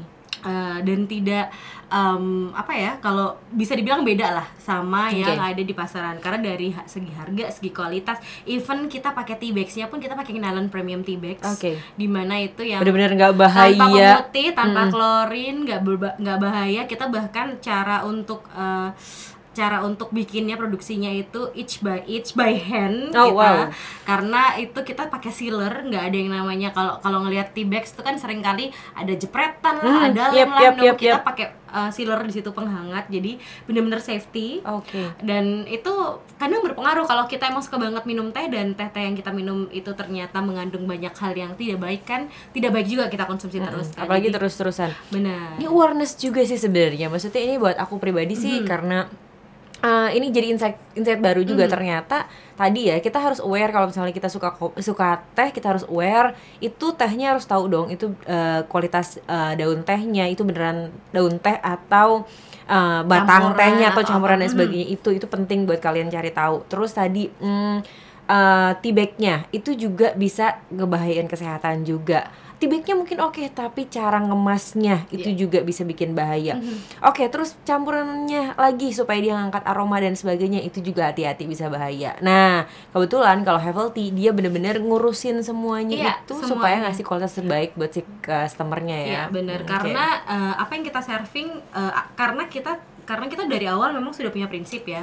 uh, dan tidak um, apa ya, kalau bisa dibilang beda lah sama Oke. yang ada di pasaran, karena dari ha- segi harga, segi kualitas, even kita pakai tea bags-nya pun kita pakai Nylon Premium tea bags, Oke. dimana itu yang Bener-bener nggak tanpa bahaya. pemutih, tanpa Mm-mm. klorin, nggak berba- nggak bahaya. Kita bahkan cara untuk uh, cara untuk bikinnya, produksinya itu each by each by hand Oh, kita, wow. karena itu kita pakai sealer, nggak ada yang namanya kalau kalau ngelihat tea bags itu kan sering kali ada jepretan Hmm, lah, ada yep, lem lah. yep, No, yep, kita yep. pakai uh, sealer di situ penghangat, jadi benar-benar safety. Oke. Dan itu kadang berpengaruh kalau kita emang suka banget minum teh dan teh-teh yang kita minum itu ternyata mengandung banyak hal yang tidak baik, kan tidak baik juga kita konsumsi terus kan. Apalagi Jadi, terus-terusan. benar. Ini awareness juga sih sebenarnya. Maksudnya ini buat aku pribadi sih karena uh, ini jadi insight insight baru juga. Ternyata tadi ya kita harus aware kalau misalnya kita suka ko- suka teh, kita harus aware itu tehnya harus tahu dong itu uh, kualitas uh, daun tehnya itu beneran daun teh atau uh, batang Campuran tehnya atau atau campuran apa. dan sebagainya. Itu itu penting buat kalian cari tahu. Terus tadi mm, uh, tea bag-nya itu juga bisa ngebahayain kesehatan juga. Tea bag-nya mungkin oke, tapi cara ngemasnya itu Iya. juga bisa bikin bahaya. Oke, terus campurannya lagi supaya dia ngangkat aroma dan sebagainya itu juga hati-hati bisa bahaya. Nah, kebetulan kalau Heavenly dia bener-bener ngurusin semuanya Iya, itu semuanya. supaya ngasih kualitas terbaik buat si customernya ya. Iya benar, Hmm, karena oke. uh, apa yang kita serving, uh, a- karena kita karena kita dari awal memang sudah punya prinsip ya.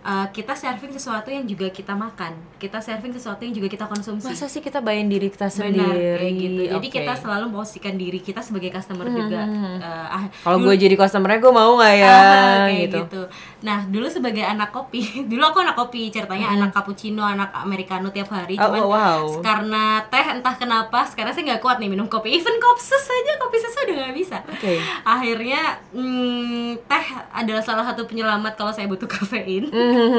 uh, kita serving sesuatu yang juga kita makan, kita serving sesuatu yang juga kita konsumsi. Masa sih kita bayain diri kita Benar, sendiri? kayak gitu. Jadi Okay. kita selalu memposisikan diri kita sebagai customer juga. Uh, ah, Kalau dulu- gue jadi customernya gue mau nggak ya? Ah, kayak gitu. gitu. Nah, dulu sebagai anak kopi, dulu aku anak kopi, ceritanya anak cappuccino, anak americano tiap hari. Oh, Cuman oh, wow. karena teh entah kenapa sekarang saya nggak kuat nih minum kopi. Even kopsus aja, kopi susu udah nggak bisa. Oke. Akhirnya hmm, teh adalah salah satu penyelamat kalau saya butuh kafein.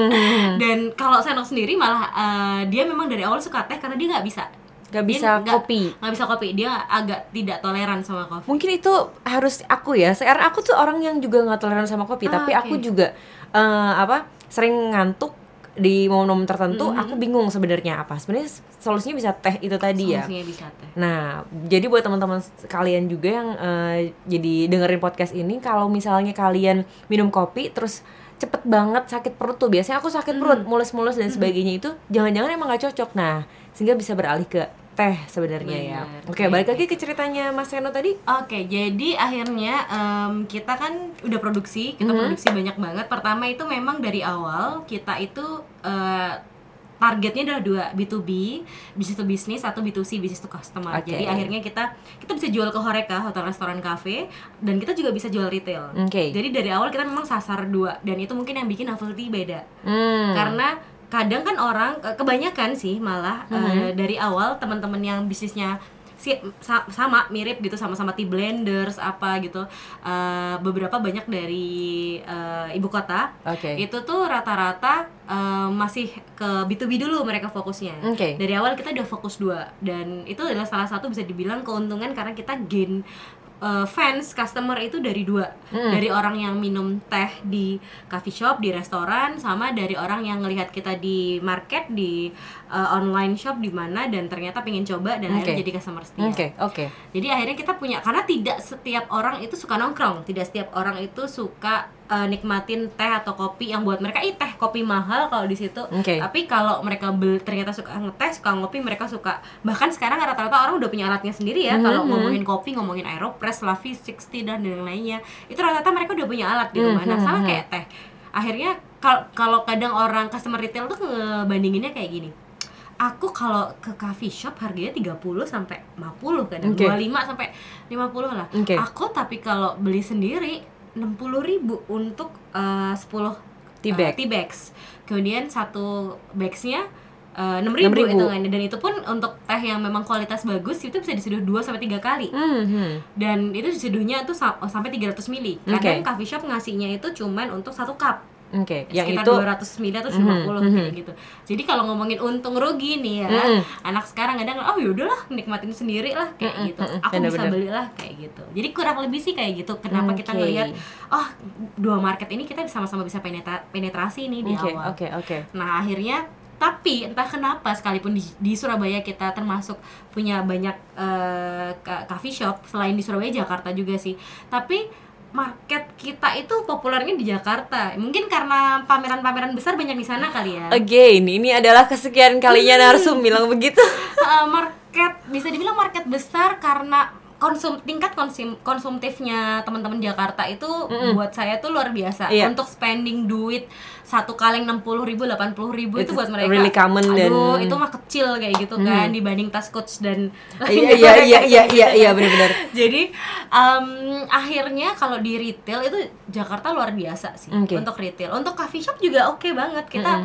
Dan kalau Senok sendiri malah uh, dia memang dari awal suka teh karena dia nggak bisa. Gak Dia bisa nggak- kopi. nggak bisa kopi, dia agak tidak toleran sama kopi. Mungkin itu harus aku ya. Karena aku tuh orang yang juga nggak toleran sama kopi, Ah, tapi oke. aku juga eh, apa sering ngantuk di momen-momen tertentu. Mm-hmm. Aku bingung sebenarnya apa. Sebenarnya solusinya bisa teh itu tadi ya. Solusinya bisa teh. Nah, jadi buat teman-teman kalian juga yang eh, jadi dengerin podcast ini, kalau misalnya kalian minum kopi terus cepet banget sakit perut tuh, biasanya aku sakit perut, mules-mules dan sebagainya, itu jangan-jangan emang gak cocok. Nah, sehingga bisa beralih ke teh sebenarnya ya. Benar, Oke, kayak balik lagi ke ceritanya Mas Reno tadi. Oke, jadi akhirnya em, kita kan udah produksi, kita produksi banyak banget. Pertama itu memang dari awal kita itu eh, targetnya adalah dua, B to B, business to business, atau B to C, business to customer. Oke. Jadi akhirnya kita kita bisa jual ke Horeca, hotel, restoran, cafe, dan kita juga bisa jual retail. Oke. Jadi dari awal kita memang sasar dua, dan itu mungkin yang bikin Novelty beda. Hmm. Karena kadang kan orang ke- kebanyakan sih malah eh, dari awal teman-teman yang bisnisnya si sa- sama mirip gitu, sama-sama tea blenders apa gitu, eh, beberapa banyak dari eh, ibu kota. Oke. Itu tuh rata-rata eh, masih ke B to B dulu mereka fokusnya. Oke. Dari awal kita udah fokus dua, dan itu adalah salah satu bisa dibilang keuntungan karena kita gain uh, fans, customer itu dari dua. Dari orang yang minum teh di coffee shop, di restoran, sama dari orang yang ngelihat kita di market, di uh, online shop di mana, dan ternyata pengen coba dan Oke. akhirnya jadi customer setia. Oke, oke. Jadi akhirnya kita punya, karena tidak setiap orang itu suka nongkrong, tidak setiap orang itu suka uh, nikmatin teh atau kopi yang buat mereka, ih teh kopi mahal kalau di situ. Oke. Tapi kalau mereka bel, ternyata suka ngeteh, suka ngopi, mereka suka, bahkan sekarang rata-rata orang udah punya alatnya sendiri ya. Kalau ngomongin kopi, ngomongin Aeropress, Lavi, sixty dan yang lainnya, itu rata-rata mereka udah punya alat di rumah. Nah sama kayak teh. Akhirnya kal- kalau kadang orang customer retail tuh ngebandinginnya kayak gini. Aku kalau ke coffee shop harganya tiga puluh sampai lima puluh kadang, Oke. dua puluh lima sampai lima puluh lah. Oke. Aku tapi kalau beli sendiri enam puluh ribu untuk uh, sepuluh Tea uh, bag. tea bags. Kemudian satu bagsnya uh, enam ribu enam ribu. hitungannya, dan itu pun untuk teh yang memang kualitas bagus itu bisa diseduh dua sampai tiga kali. Hmm. Dan itu diseduhnya tuh sam- sampai tiga ratus mili. Kadang coffee shop ngasihnya itu cuman untuk satu cup. Oke, yang Sekitar itu dua ratus mili atau lima puluh kayak gitu. Jadi kalau ngomongin untung rugi nih ya, Mhm. anak sekarang kadang oh yaudahlah nikmatin sendiri lah kayak gitu. Aku bisa Bener-bener. belilah kayak gitu. Jadi kurang lebih sih kayak gitu. Kenapa kita Oke. ngelihat oh dua market ini kita sama-sama bisa penetra- penetrasi nih di Oke, awal. oke, oke. Nah akhirnya, tapi entah kenapa sekalipun di, di Surabaya kita termasuk punya banyak eh, ka- coffee shop, selain di Surabaya, Jakarta juga sih. Tapi market kita itu populernya di Jakarta. Mungkin karena pameran-pameran besar banyak di sana kali ya. Again, ini adalah kesekian kalinya Narsum bilang begitu. Eh, market bisa dibilang market besar karena konsum tingkat konsum konsumtifnya teman-teman Jakarta itu buat saya tuh luar biasa. Iya. Untuk spending duit satu kaleng enam puluh ribu, delapan puluh ribu itu It's buat mereka really common dan- aduh itu mah kecil kayak gitu kan dibanding tas Coach dan Iya, iya, iya, iya, iya, iya, benar-benar. Jadi em, akhirnya kalau di retail itu Jakarta luar biasa sih. Oke. Untuk retail, untuk coffee shop juga oke banget. Kita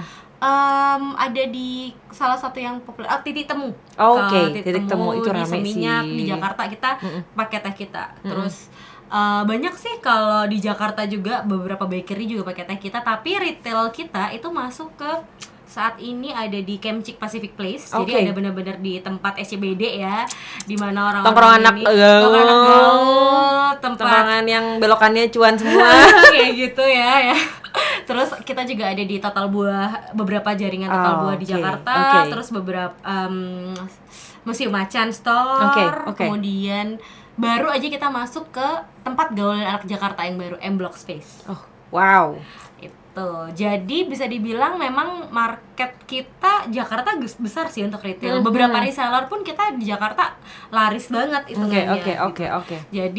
em, ada di salah satu yang populer, ah, titik temu. Oh, Ke oke. Titik Temu itu di rame Seminyak, sih. di Jakarta kita pakai teh kita. Terus eh, banyak sih kalau di Jakarta juga beberapa bakery juga pakai teh kita. Tapi retail kita itu masuk ke saat ini ada di Kemcik Pacific Place. Jadi Oke. ada benar-benar di tempat S C B D ya, di mana orang Tongkrong anak gaul. tongkrong anak gaul, tempat Tongkrongan yang belokannya cuan semua. kayak gitu ya ya. Terus kita juga ada di Total Buah, beberapa jaringan Total Oh, Buah di oke, Jakarta. oke. Terus beberapa em, Museum Macan Store. Oke, oke. Kemudian baru aja kita masuk ke tempat gaul anak Jakarta yang baru, M Block Space. Oh, wow. Itu. Jadi bisa dibilang memang market kita Jakarta gus- besar sih untuk retail. Mhm. Beberapa reseller pun kita di Jakarta laris banget itu Oke, oke, oke, oke. Jadi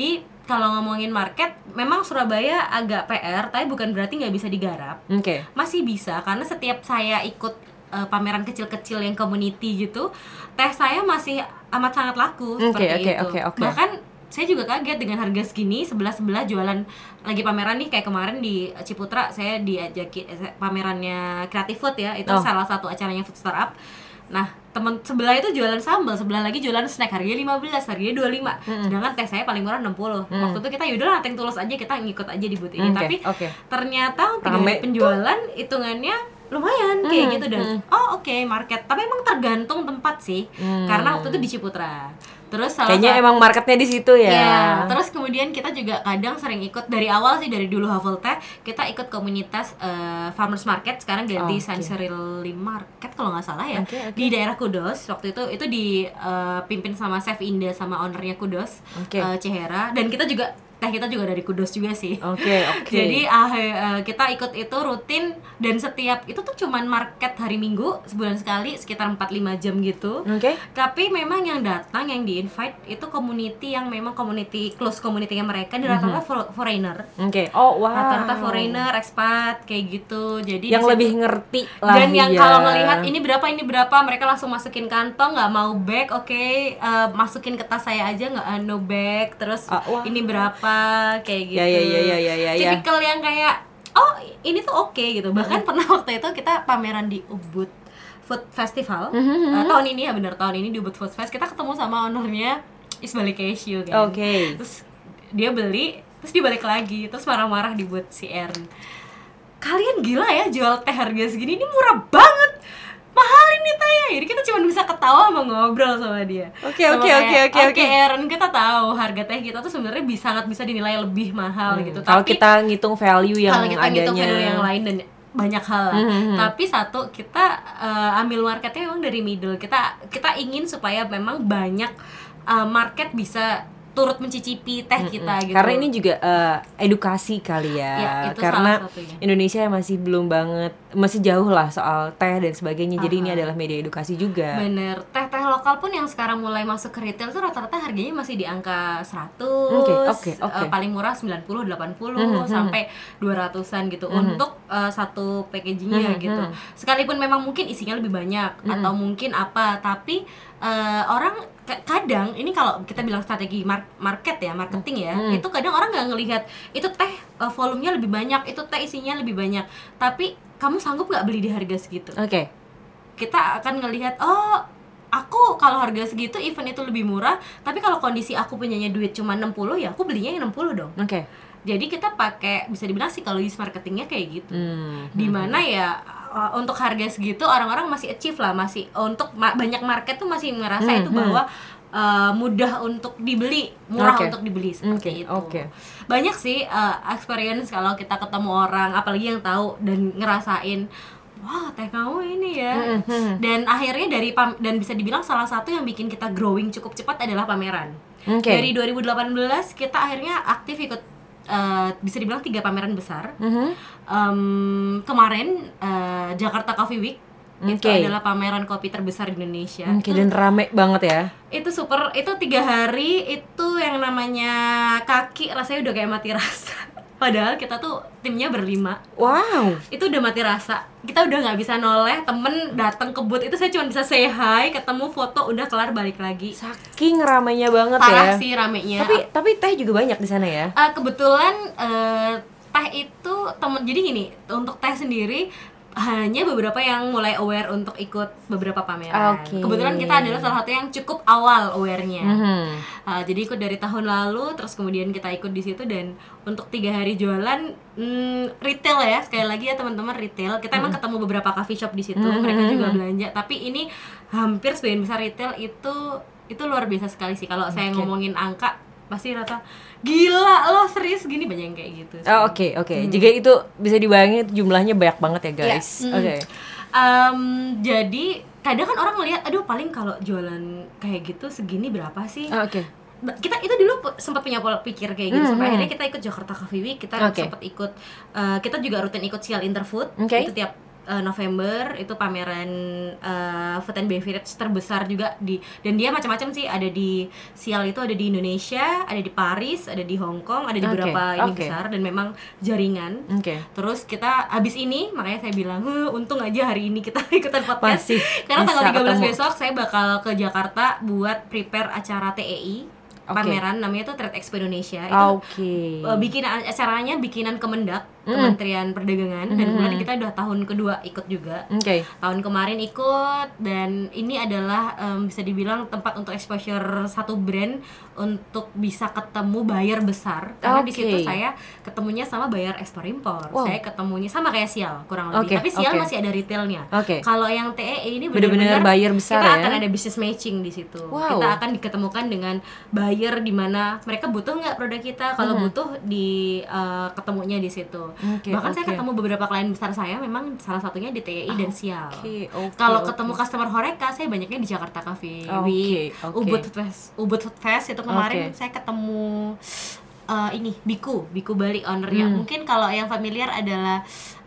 kalau ngomongin market, memang Surabaya agak P R, tapi bukan berarti nggak bisa digarap. Oke. Okay. Masih bisa, karena setiap saya ikut uh, pameran kecil-kecil yang community gitu, teh saya masih amat sangat laku okay, seperti okay, itu. Okay, okay. Bahkan saya juga kaget dengan harga segini, sebelah-sebelah jualan lagi pameran nih, kayak kemarin di Ciputra saya diajaki pamerannya Creative Food ya, itu oh. salah satu acaranya Food Startup. Nah, teman sebelah itu jualan sambal, sebelah lagi jualan snack, harganya lima belas, harganya dua puluh lima. Mm-hmm. Sedangkan teh saya paling murah enam puluh. Mm-hmm. Waktu itu kita yaudah nothing tulus aja, kita ngikut aja di booth ini. Okay, Tapi okay. ternyata tiga hari penjualan hitungannya lumayan kayak mm-hmm. gitu dan mm-hmm. oh oke okay, market. Tapi emang tergantung tempat sih. Mm-hmm. Karena waktu itu di Ciputra. Terus salah kayaknya emang marketnya di situ ya. Ya. Terus kemudian kita juga kadang sering ikut dari awal sih, dari dulu Huffle Teh kita ikut komunitas uh, farmers market, sekarang ganti oh, okay. Sanseri Market kalau nggak salah ya, okay, okay. di daerah Kudos. Waktu itu itu dipimpin uh, sama Chef Indah sama ownernya Kudos, okay. uh, Cehera, dan kita juga teh kita juga dari Kudos juga sih. Oke, okay, oke. Okay. Jadi uh, uh, kita ikut itu rutin, dan setiap itu tuh cuman market hari Minggu sebulan sekali sekitar empat lima jam gitu. Oke. Okay. Tapi memang yang datang, yang di invite itu community yang memang community close community-nya mereka, dan rata-rata mm-hmm. foreigner. Oke. Okay. Oh, wow. Rata-rata foreigner, expat kayak gitu. Jadi yang lebih ngerti lah. Dan yang ya. Kalau ngelihat ini berapa, ini berapa, mereka langsung masukin kantong, nggak mau bag, oke, okay, uh, masukin ke tas saya aja, nggak uh, no bag. Terus uh, wow. ini berapa kayak gitu. Ya ya ya ya ya ya. Tipikal yang kayak oh ini tuh oke okay, gitu. Bahkan mm-hmm. pernah waktu itu kita pameran di Ubud Food Festival. Mm-hmm. Uh, tahun ini ya benar tahun ini di Ubud Food Fest kita ketemu sama ownernya Isbali Cashew kan. Oke. Okay. Terus dia beli, terus dia balik lagi, terus marah-marah di booth si Ern. Kalian gila ya jual teh harga segini, ini murah banget. Mahal ini teh. Jadi kita cuma bisa ketawa sama ngobrol sama dia. Oke oke oke oke oke. Oke Aaron, kita tahu harga teh kita tuh sebenarnya bisa sangat bisa dinilai lebih mahal hmm. gitu. Kalau kita ngitung value yang kalau kita adanya. ngitung value yang lain dan banyak hal lah. Mm-hmm. Tapi satu kita uh, ambil marketnya memang dari middle. Kita kita ingin supaya memang banyak uh, market bisa turut mencicipi teh kita mm-hmm. gitu. Karena ini juga uh, edukasi kali ya. Ya itu karena Indonesia masih belum banget, masih jauh lah soal teh dan sebagainya. Uh-huh. Jadi ini adalah media edukasi juga. Bener. Teh-teh lokal pun yang sekarang mulai masuk ke retail tuh rata-rata harganya masih di angka seratus. Okay, okay, okay. Uh, paling murah sembilan puluh, delapan puluh mm-hmm. sampai dua ratusan gitu mm-hmm. untuk uh, satu packagingnya mm-hmm. gitu. Sekalipun memang mungkin isinya lebih banyak mm-hmm. atau mungkin apa, tapi uh, orang kadang ini kalau kita bilang strategi market ya, marketing ya, hmm. itu kadang orang nggak ngelihat itu teh uh, volumenya lebih banyak, itu teh isinya lebih banyak, tapi kamu sanggup nggak beli di harga segitu? Oke. Okay. Kita akan ngelihat oh aku kalau harga segitu event itu lebih murah, tapi kalau kondisi aku punyanya duit cuma enam puluh ya aku belinya yang enam puluh dong. Oke. Okay. Jadi kita pakai, bisa dibilang psikologis marketingnya kayak gitu. Hmm. Dimana ya uh, untuk harga segitu orang-orang masih achieve lah, masih untuk ma- banyak market tuh masih ngerasa hmm. itu bahwa uh, mudah untuk dibeli, murah okay. untuk dibeli seperti okay. itu. Okay. Banyak sih uh, experience kalau kita ketemu orang, apalagi yang tahu dan ngerasain wah teh kamu ini ya. Mm-hmm. Dan akhirnya dari pam- dan bisa dibilang salah satu yang bikin kita growing cukup cepat adalah pameran. Okay. Dari dua ribu delapan belas kita akhirnya aktif ikut Uh, bisa dibilang tiga pameran besar. Mm-hmm. um, Kemarin uh, Jakarta Coffee Week okay. itu adalah pameran kopi terbesar di Indonesia. Okay, dan rame banget ya. Itu super, itu tiga hari itu yang namanya kaki rasanya udah kayak mati rasa. Padahal kita tuh timnya berlima. Wow. Itu udah mati rasa. Kita udah nggak bisa noleh. Temen datang ke booth itu saya cuma bisa say hi, ketemu foto, udah kelar balik lagi. Saking ramenya banget parah ya. Parah sih ramenya. Tapi tapi teh juga banyak di sana ya. Uh, kebetulan uh, teh itu temen. Jadi gini, untuk teh sendiri hanya beberapa yang mulai aware untuk ikut beberapa pameran. Okay. Kebetulan kita adalah salah satu yang cukup awal aware-nya. Mm-hmm. Uh, jadi ikut dari tahun lalu, terus kemudian kita ikut di situ, dan untuk tiga hari jualan mm, retail ya, sekali lagi ya teman-teman, retail. Kita mm-hmm. emang ketemu beberapa coffee shop di situ, mm-hmm. mereka juga belanja. Tapi ini hampir sebagian besar retail itu itu luar biasa sekali sih. Kalau okay. saya ngomongin angka, pasti rata gila lo serius gini, banyak yang kayak gitu sih. Oh oke okay, oke okay. hmm. Jika itu bisa dibayangin itu jumlahnya banyak banget ya guys. Yeah. Oke. Okay. Um, jadi kadang kan orang ngelihat aduh paling kalau jualan kayak gitu segini berapa sih? Oh, oke. Okay. Kita itu dulu sempat punya pola pikir kayak gitu, mm-hmm. sampai akhirnya kita ikut Jakarta Coffee Week, kita okay. sempat ikut uh, kita juga rutin ikut Sial Interfood. Okay. Itu tiap uh, November itu pameran uh, food and beverage terbesar juga di, dan dia macam-macam sih, ada di Sial itu, ada di Indonesia, ada di Paris, ada di Hong Kong, ada di Okay, beberapa ini okay. besar dan memang jaringan. Oke. Terus kita habis ini, makanya saya bilang, "Huh, untung aja hari ini kita ikutan podcast." Masih Karena tanggal bisa tiga belas ketemu. besok saya bakal ke Jakarta buat prepare acara T E I. Oke. Pameran namanya tuh Trade Expo Indonesia. Itu Oke. uh, bikin acaranya bikinan Kemendak, Kementerian Perdagangan, dan kemudian kita udah tahun kedua ikut juga. Oke. Tahun kemarin ikut, dan ini adalah um, bisa dibilang tempat untuk exposure satu brand untuk bisa ketemu buyer besar. Karena di Oke. situ saya ketemunya sama buyer ekspor impor. Wow. Saya ketemunya sama kayak Sial kurang lebih. Oke, Tapi Sial oke. masih ada retailnya. Oke. Kalau yang T E I ini Bener-bener benar-benar buyer besar kita ya? akan ada business matching di situ. Wow. Kita akan diketemukan dengan buyer di mana mereka butuh nggak produk kita. Kalau butuh di uh, ketemunya di situ. Oke, Bahkan saya oke. ketemu beberapa klien besar saya memang salah satunya di T E I dan Sial. Oke, oke, Kalau oke. ketemu customer Horeca, saya banyaknya di Jakarta Cafe Oke, Week, oke. Ubud Food Fest. Ubud Food Fest itu kemarin Oke. saya ketemu uh, ini Biku, Biku Bali ownernya. Hmm. Mungkin kalau yang familiar adalah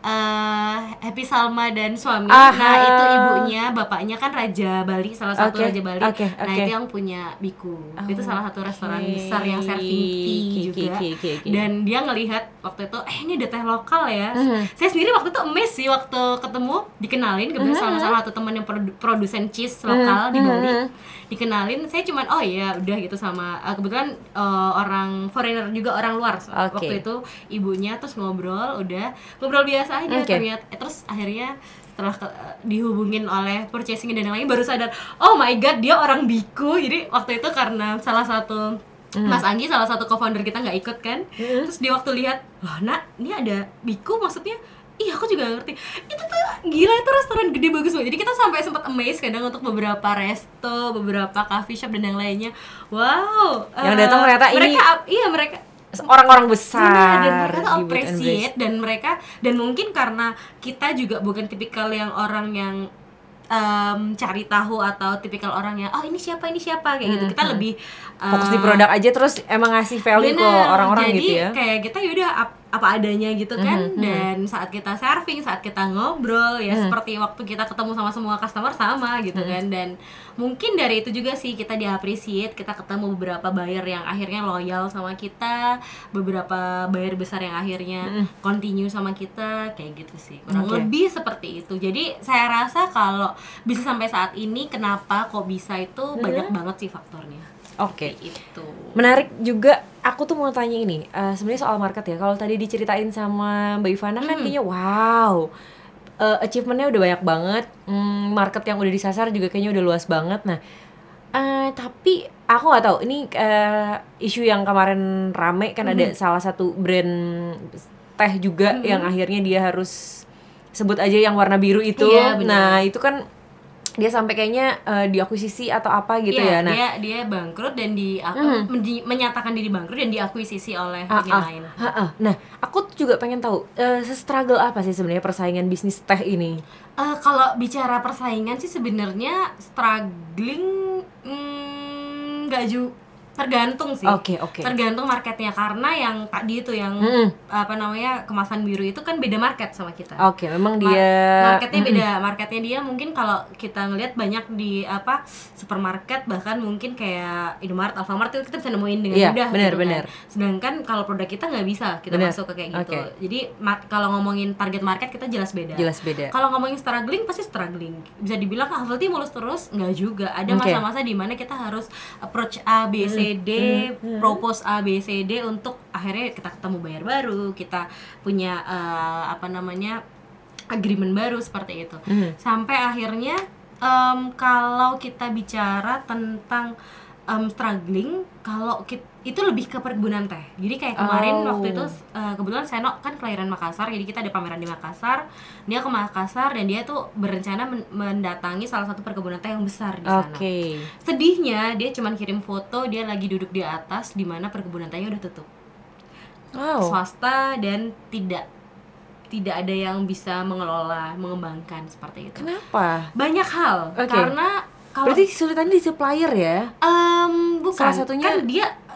uh, Happy Salma dan suami. Aha. Nah, itu ibunya, bapaknya kan Raja Bali, salah satu Oke, Raja Bali. oke, Nah, oke. itu yang punya Biku. Itu salah satu restoran Oke. besar yang serving tea Oke, juga. oke, oke, oke. Dan dia ngelihat waktu itu, eh ini ada teh lokal ya. Mhm. Saya sendiri waktu itu amazed sih waktu ketemu, dikenalin kebetulan sama salah satu teman yang produ- produsen cheese lokal di Bali. Dikenalin, saya cuman oh iya udah gitu sama uh, kebetulan uh, orang foreigner juga, orang luar. Oke. Waktu itu ibunya terus ngobrol, udah ngobrol biasa aja. Oke. Ternyata eh, terus akhirnya setelah ke, dihubungin oleh purchasing dan lain-lain baru sadar, oh my god dia orang Biku. Jadi waktu itu karena salah satu Mas Anggi, salah satu co-founder kita nggak ikut kan, terus dia waktu lihat, wah nak ini ada Biku, maksudnya iya aku juga gak ngerti, itu tuh gila, itu restoran gede bagus banget. Jadi kita sampai sempat amazed kadang untuk beberapa resto, beberapa coffee shop dan yang lainnya. Wow, Yang eh, datang ternyata ini mereka ap- iya mereka orang-orang besar. benar, dan mereka tuh di Bud and appreciate, dan mereka, dan mungkin karena kita juga bukan tipikal yang orang yang em, cari tahu atau tipikal orang yang oh ini siapa ini siapa kayak gitu. Kita lebih fokus eh, di produk aja, terus emang ngasih value ke bener. orang-orang Jadi, gitu ya. kayak kita yaudah ap- apa adanya gitu kan. Dan saat kita serving, saat kita ngobrol ya seperti waktu kita ketemu sama semua customer sama gitu kan. Dan mungkin dari itu juga sih kita di-appreciate, kita ketemu beberapa buyer yang akhirnya loyal sama kita, beberapa buyer besar yang akhirnya continue sama kita, kayak gitu sih. Kurang Oke. lebih seperti itu. Jadi saya rasa kalau bisa sampai saat ini, kenapa kok bisa itu banyak banget sih faktornya. Oke. Itu. Menarik juga, aku tuh mau tanya ini, eh, sebenarnya soal market ya. Kalau tadi diceritain sama Mbak Ivana kan kayaknya wow, eh, achievementnya udah banyak banget, hmm, market yang udah disasar juga kayaknya udah luas banget. Nah, eh, tapi aku nggak tahu ini eh, isu yang kemarin rame kan, ada salah satu brand teh juga yang akhirnya dia harus sebut aja yang warna biru itu. Iya, benar. Nah itu kan dia sampai kayaknya eh, diakuisisi atau apa gitu Iya, ya. Nah, dia dia bangkrut dan di apa, di- menyatakan diri bangkrut dan diakuisisi oleh Ah, ini ah, lain. ah, ah. Nah, aku tuh juga pengen tahu eh, se-struggle apa sih sebenarnya persaingan bisnis teh ini? Eh, kalau bicara persaingan sih sebenarnya struggling mm, nggak ju tergantung sih. Oke, oke. Tergantung marketnya, karena yang tadi itu yang Mm-mm. apa namanya kemasan biru itu kan beda market sama kita. Oke, memang Ma- dia marketnya beda, marketnya dia mungkin kalau kita ngelihat banyak di apa supermarket, bahkan mungkin kayak Indomaret, Alfamart itu kita bisa nemuin dengan Iya, mudah benar, gitu kan. benar. Sedangkan kalau produk kita nggak bisa kita Benar. masuk ke kayak gitu. Oke. Jadi ma- kalau ngomongin target market kita jelas beda. jelas beda. Kalau ngomongin struggling pasti struggling. Bisa dibilang ah Healthy mulus terus, nggak juga. Ada Oke. masa-masa di mana kita harus approach A B C D, propose A B C D untuk akhirnya kita ketemu buyer baru, kita punya eh, apa namanya agreement baru seperti itu. Mhm. Sampai akhirnya em, kalau kita bicara tentang em, struggling, kalau kit- itu lebih ke perkebunan teh. Jadi kayak kemarin Oh. waktu itu eh, kebetulan Seno kan kelahiran Makassar, jadi kita ada pameran di Makassar. Dia ke Makassar dan dia tuh berencana men- mendatangi salah satu perkebunan teh yang besar di sana. Oke. Sedihnya dia cuman kirim foto dia lagi duduk di atas di mana perkebunan tehnya udah tutup. Wow. Swasta dan tidak tidak ada yang bisa mengelola, mengembangkan seperti itu. Kenapa? Banyak hal Oke. karena kalau Berarti kesulitannya di supplier ya? Em, bukan, Salah satunya- kan dia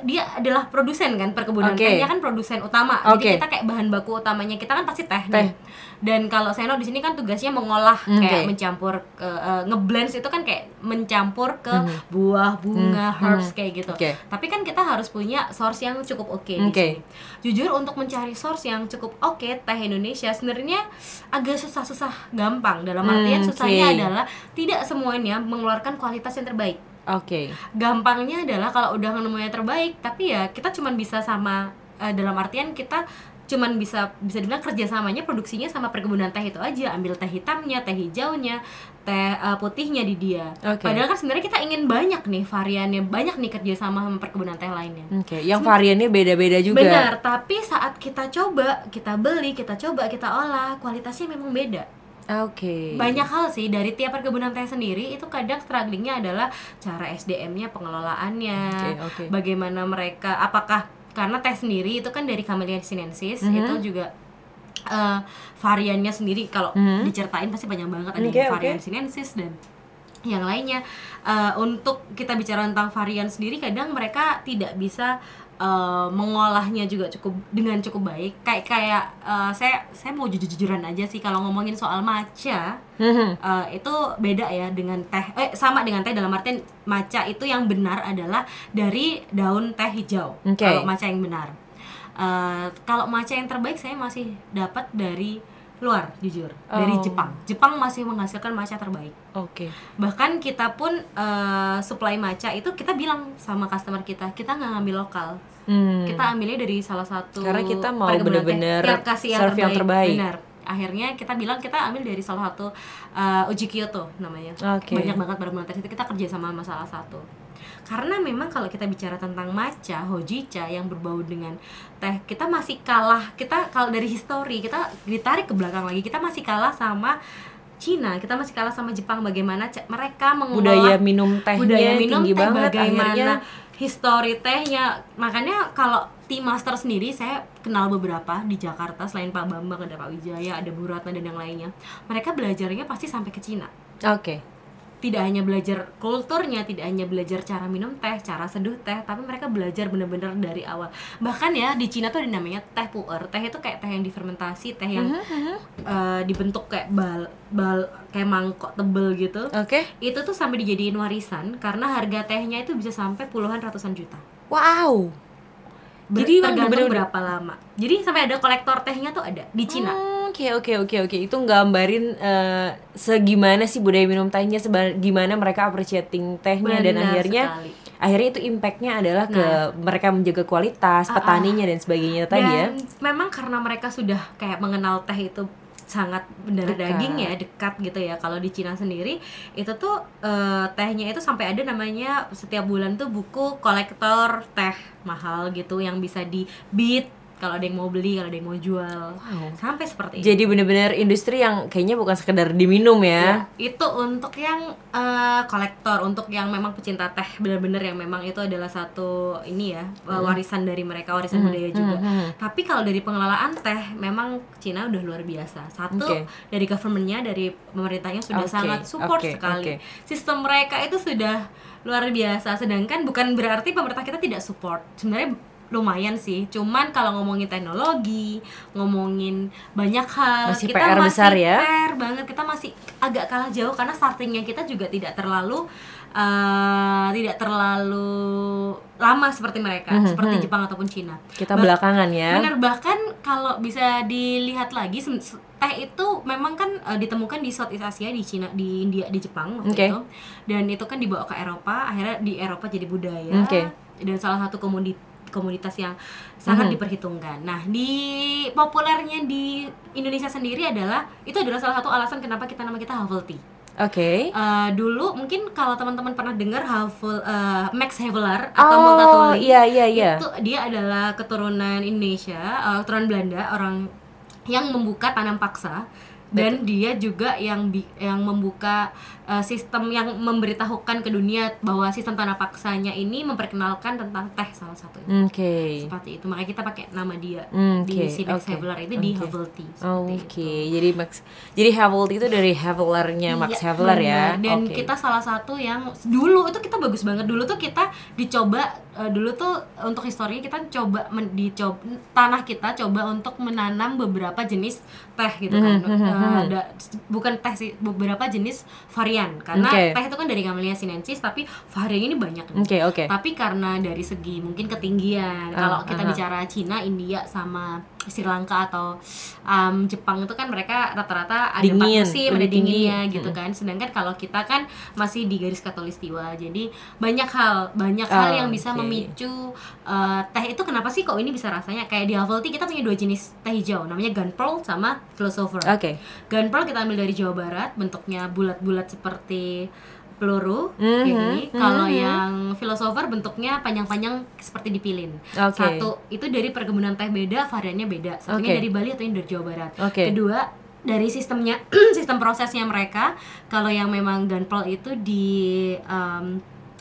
dia adalah produsen kan, perkebunan okay. tehnya kan produsen utama. Okay. Jadi kita kayak bahan baku utamanya kita kan pasti teh. Teh. Dan kalau Seno di sini kan tugasnya mengolah, okay. kayak mencampur ke uh, ngeblends itu kan kayak mencampur ke mm-hmm. buah, bunga, mm-hmm. herbs kayak gitu. Okay. Tapi kan kita harus punya source yang cukup oke okay okay. di sini. Jujur untuk mencari source yang cukup oke okay, teh Indonesia sebenarnya agak susah-susah gampang. Dalam artian mm, susahnya okay. adalah tidak semuanya mengeluarkan kualitas yang terbaik. Oke. Okay. Gampangnya adalah kalau udah nemunya terbaik, tapi ya kita cuman bisa sama uh, dalam artian kita cuman bisa bisa dibilang kerjasamanya produksinya sama perkebunan teh itu aja, ambil teh hitamnya, teh hijaunya, teh uh, putihnya di dia. Okay. Padahal kan sebenarnya kita ingin banyak nih variannya, banyak nih kerjasama sama perkebunan teh lainnya. Oke, okay. Yang Sem- variannya beda-beda juga. Benar, tapi saat kita coba, kita beli, kita coba, kita olah, kualitasnya memang beda. Oke. Okay. Banyak hal sih dari tiap perkebunan teh sendiri itu kadang strugglingnya adalah cara S D M-nya, pengelolaannya, okay, okay. bagaimana mereka, apakah karena teh sendiri itu kan dari Camellia sinensis, mm-hmm. itu juga uh, variannya sendiri kalau mm-hmm. diceritain pasti banyak banget, ada okay, varian okay. sinensis dan yang lainnya. Uh, untuk kita bicara tentang varian sendiri, kadang mereka tidak bisa Uh, mengolahnya juga cukup dengan cukup baik. Kayak kayak uh, saya saya mau jujur-jujuran aja sih kalau ngomongin soal matcha, mm-hmm. uh, itu beda ya dengan teh. Eh sama dengan teh dalam artian matcha itu yang benar adalah dari daun teh hijau. Okay. Kalau matcha yang benar. Uh, kalau matcha yang terbaik saya masih dapat dari luar, jujur, oh. dari Jepang. Jepang masih menghasilkan matcha terbaik. Oke. Okay. Bahkan kita pun uh, supply matcha itu kita bilang sama customer kita, kita nggak ngambil lokal. Hmm. Kita ambilnya dari salah satu karena kita mau bener-bener yang kasih yang serve terbaik. yang terbaik. Benar. Akhirnya kita bilang kita ambil dari salah satu uh, Uji Kyoto namanya. Okay. Banyak banget barang-barang teh itu kita kerja sama sama salah satu. Karena memang kalau kita bicara tentang matcha, hojicha yang berbau dengan teh, kita masih kalah. Kita kalau dari histori, kita ditarik ke belakang lagi, kita masih kalah sama Cina, kita masih kalah sama Jepang. Bagaimana c- mereka mengolah budaya minum tehnya budaya minum tinggi teh, banget, bagaimana akhirnya histori tehnya. Makanya kalau Tea Master sendiri saya kenal beberapa di Jakarta, selain Pak Bambang, ada Pak Wijaya, ada Bu Ratna dan yang lainnya. Mereka belajarnya pasti sampai ke Cina. Oke. Okay. Tidak hanya belajar kulturnya, tidak hanya belajar cara minum teh, cara seduh teh, tapi mereka belajar benar-benar dari awal. Bahkan ya di Cina tuh ada namanya teh puer. Teh itu kayak teh yang difermentasi, teh yang uh-huh. uh, dibentuk kayak bal, bal kayak mangkok tebel gitu. Oke. Okay. Itu tuh sampai dijadiin warisan karena harga tehnya itu bisa sampai puluhan ratusan juta. Wow. Ber- Jadi tergantung berapa lama. Jadi sampai ada kolektor tehnya tuh ada di Cina. Oke oke oke oke. Itu nggambarin uh, segimana sih budaya minum tehnya, seba- gimana mereka appreciating tehnya. Benar dan akhirnya sekali. Akhirnya itu impactnya adalah nah, ke mereka menjaga kualitas, uh, petaninya dan sebagainya tadi ya. Dan memang karena mereka sudah kayak mengenal teh itu sangat benar daging ya, dekat gitu ya. Kalau di Cina sendiri itu tuh uh, tehnya itu sampai ada namanya setiap bulan tuh buku kolektor teh mahal gitu yang bisa di beat kalau ada yang mau beli, kalau ada yang mau jual. Wow. Sampai seperti itu. Jadi benar-benar industri yang kayaknya bukan sekedar diminum ya. Ya, itu untuk yang uh, kolektor, untuk yang memang pecinta teh benar-benar yang memang itu adalah satu ini ya, hmm. warisan dari mereka, warisan hmm. budaya juga. Hmm. Hmm. Tapi kalau dari pengelolaan teh memang Cina udah luar biasa. Satu okay. dari government-nya, dari pemerintahnya sudah okay. sangat support okay. sekali. Okay. Sistem mereka itu sudah luar biasa. Sedangkan bukan berarti pemerintah kita tidak support. Sebenarnya lumayan sih, cuman kalau ngomongin teknologi, ngomongin banyak hal, masih kita P R masih besar ya? P R banget, kita masih agak kalah jauh karena startingnya kita juga tidak terlalu uh, tidak terlalu lama seperti mereka, mm-hmm. seperti Jepang ataupun Cina. Kita bah- belakangan ya. Benar, bahkan kalau bisa dilihat lagi, teh itu memang kan uh, ditemukan di Southeast Asia, di Cina, di India, di Jepang waktu okay. itu, dan itu kan dibawa ke Eropa, akhirnya di Eropa jadi budaya, okay. dan salah satu komoditas komunitas yang sangat mm-hmm. diperhitungkan. Nah, di populernya di Indonesia sendiri adalah itu adalah salah satu alasan kenapa kita nama kita Havel Tea. Oke. Okay. Uh, dulu mungkin kalau teman-teman pernah dengar Havel uh, Max Havelaar atau oh, Multatuli. iya iya iya. Itu dia adalah keturunan Indonesia, uh, keturunan Belanda, orang yang membuka tanam paksa dan dia juga yang bi- yang membuka uh, sistem yang memberitahukan ke dunia bahwa sistem tanah paksanya ini memperkenalkan tentang teh salah satunya. Oke. Okay. Seperti itu, makanya kita pakai nama dia okay. di si Max okay. Havelaar itu okay. di Havel Tea. Oke, okay. jadi Max, jadi Havel Tea itu dari Havelaarnya Max iya, Havelaar ya. Dan okay. kita salah satu yang dulu itu kita bagus banget. Dulu tuh kita dicoba uh, dulu tuh untuk historinya kita coba men, dicoba tanah kita coba untuk menanam beberapa jenis teh gitu kan. Mm-hmm. Uh, da, bukan teh sih, beberapa jenis varian. Karena okay. teh itu kan dari Camellia sinensis, tapi varian ini banyak. Oke, okay, oke. Okay. Tapi karena dari segi mungkin ketinggian, uh, kalau kita uh-huh. bicara Cina, India sama Sri Lanka atau um, Jepang itu kan mereka rata-rata ada empat musim, ada dinginnya dingin. Gitu kan. Sedangkan kalau kita kan masih di garis khatulistiwa. Jadi banyak hal, banyak oh, hal yang bisa okay. memicu uh, teh itu kenapa sih kok ini bisa rasanya kayak di Havel Tea kita punya dua jenis teh hijau, namanya Gun Pearl sama Philosopher. Oke. Okay. Gun Pearl kita ambil dari Jawa Barat, bentuknya bulat-bulat seperti peluru mm-hmm, kayak gini. Mm-hmm. Kalau yang Philosopher bentuknya panjang-panjang seperti dipilin. Okay. Satu itu dari perkebunan teh beda, variannya beda. Satunya okay. dari Bali atau yang dari Jawa Barat. Okay. Kedua dari sistemnya, sistem prosesnya mereka. Kalau yang memang Gun Pearl itu di um,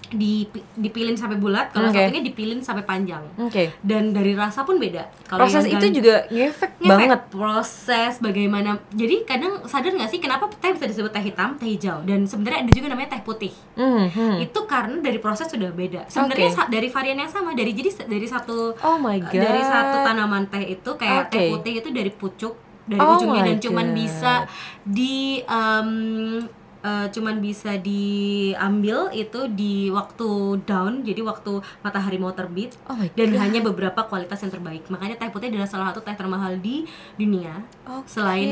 dipilin sampai bulat, kalau okay. satunya dipilin sampai panjang. Okay. Dan dari rasa pun beda. Kalo proses itu juga ngefek banget. Proses bagaimana. Jadi kadang sadar nggak sih kenapa teh bisa disebut teh hitam, teh hijau, dan sebenarnya ada juga namanya teh putih. Mm-hmm. Itu karena dari proses sudah beda. Sebenarnya okay. dari varian yang sama, dari jadi dari satu oh my God. dari satu tanaman teh itu kayak okay. teh putih itu dari pucuk, dari oh ujungnya dan God. cuman bisa di um, Uh, cuman bisa diambil itu di waktu dawn, jadi waktu matahari mau terbit, oh dan hanya beberapa kualitas yang terbaik. Makanya teh putih adalah salah satu teh termahal di dunia. Okay. Selain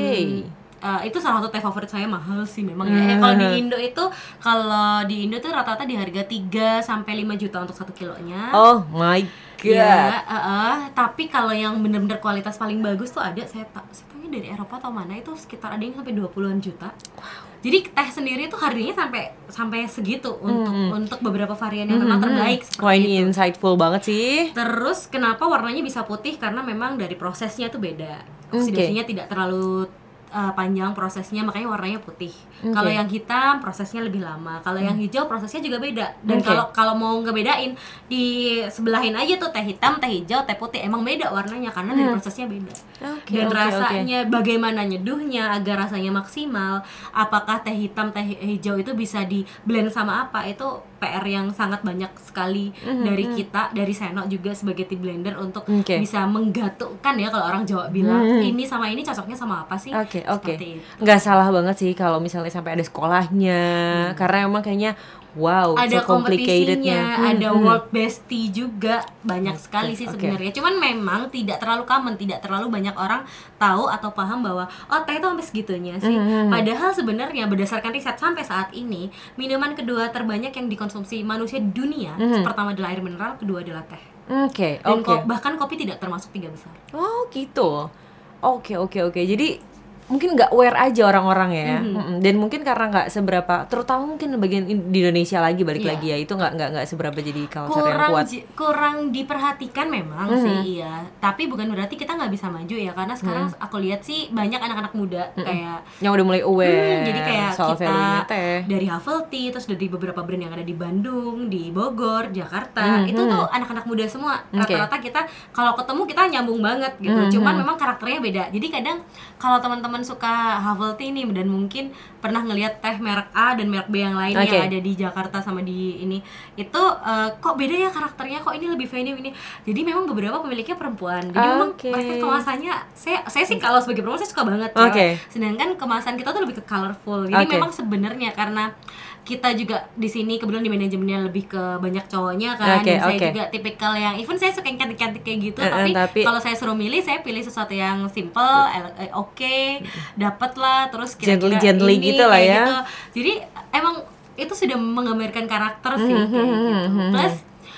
uh, itu salah satu teh favorit saya, mahal sih memang mm. ya. Kalau di Indo itu kalau di Indo tuh rata-rata di harga tiga sampai lima juta untuk satu kilonya. Oh my God. Ya, uh, uh, tapi kalau yang benar-benar kualitas paling bagus tuh ada saya tak saya tanya dari Eropa atau mana itu sekitar ada yang sampai dua puluhan juta. Wow. Jadi teh sendiri tuh harganya sampai sampai segitu untuk mm. untuk beberapa varian yang memang mm-hmm. terbaik seperti wah, ini itu. Insightful banget sih. Terus kenapa warnanya bisa putih? Karena memang dari prosesnya tuh beda. Oksidasinya okay. tidak terlalu uh, panjang prosesnya, makanya warnanya putih. Okay. Kalau yang hitam prosesnya lebih lama. Kalau yang hijau prosesnya juga beda. Dan kalau okay. kalau mau ngebedain di sebelahin aja tuh teh hitam, teh hijau, teh putih emang beda warnanya karena hmm. dari prosesnya beda. Okay, Dan okay, rasanya okay. bagaimana nyeduhnya agar rasanya maksimal. Apakah teh hitam, teh hijau itu bisa di blend sama apa? Itu P R yang sangat banyak sekali mm-hmm. dari kita, dari Seno juga sebagai tea blender untuk okay. bisa menggatukkan ya kalau orang Jawa bilang mm-hmm. ini sama ini cocoknya sama apa sih? Oke okay, oke. Okay. Nggak salah banget sih kalau misalnya sampai ada sekolahnya, hmm. karena emang kayaknya wow, ada so kompetisinya, hmm, ada hmm. world best tea juga banyak okay, sekali sih sebenarnya. Okay. Cuman memang tidak terlalu common, tidak terlalu banyak orang tahu atau paham bahwa oh teh itu sampai segitunya sih. Hmm. Padahal sebenarnya berdasarkan riset sampai saat ini minuman kedua terbanyak yang dikonsumsi manusia di dunia, hmm. pertama adalah air mineral, kedua adalah teh. Oke, okay, Dan okay. ko- bahkan kopi tidak termasuk tiga besar. Oh gitu. Oke okay, oke okay, oke. Okay. Jadi mungkin nggak aware aja orang-orang ya, mm-hmm. dan mungkin karena nggak seberapa, terutama mungkin bagian di Indonesia lagi balik yeah. lagi ya, itu nggak nggak nggak seberapa jadi culture kurang, yang kuat. J- kurang diperhatikan memang mm-hmm. sih, iya. Tapi bukan berarti kita nggak bisa maju ya, karena sekarang mm-hmm. aku lihat sih banyak anak-anak muda mm-hmm. kayak yang udah mulai aware. Hmm, jadi kayak soal kita teh. Dari Havel Tea, terus dari beberapa brand yang ada di Bandung, di Bogor, Jakarta, mm-hmm. itu tuh anak-anak muda semua. Rata-rata okay. kita kalau ketemu kita nyambung banget gitu. Mm-hmm. Cuman memang karakternya beda. Jadi kadang kalau teman-teman suka Havel Tea nih dan mungkin pernah ngelihat teh merek A dan merek B yang lain okay. yang ada di Jakarta sama di ini itu uh, kok beda ya karakternya, kok ini lebih feminim ini. Jadi memang beberapa pemiliknya perempuan. Jadi okay. memang mereka kemasannya saya saya sih kalau sebagai perempuan saya suka banget ya. Okay. Sedangkan kemasan kita tuh lebih ke colorful. Jadi okay. memang sebenarnya karena kita juga di sini kebetulan di manajemennya lebih ke banyak cowoknya kan, okay, dan saya okay. juga tipikal yang even saya suka yang cantik-cantik kayak gitu, uh, tapi, tapi kalau saya suruh milih saya pilih sesuatu yang simple, eh, oke, okay, dapet lah, terus kira-kira gently, ini gitu lah ya. gitu. Jadi emang itu sudah menggambarkan karakter sih mm-hmm. kayak gitu. Plus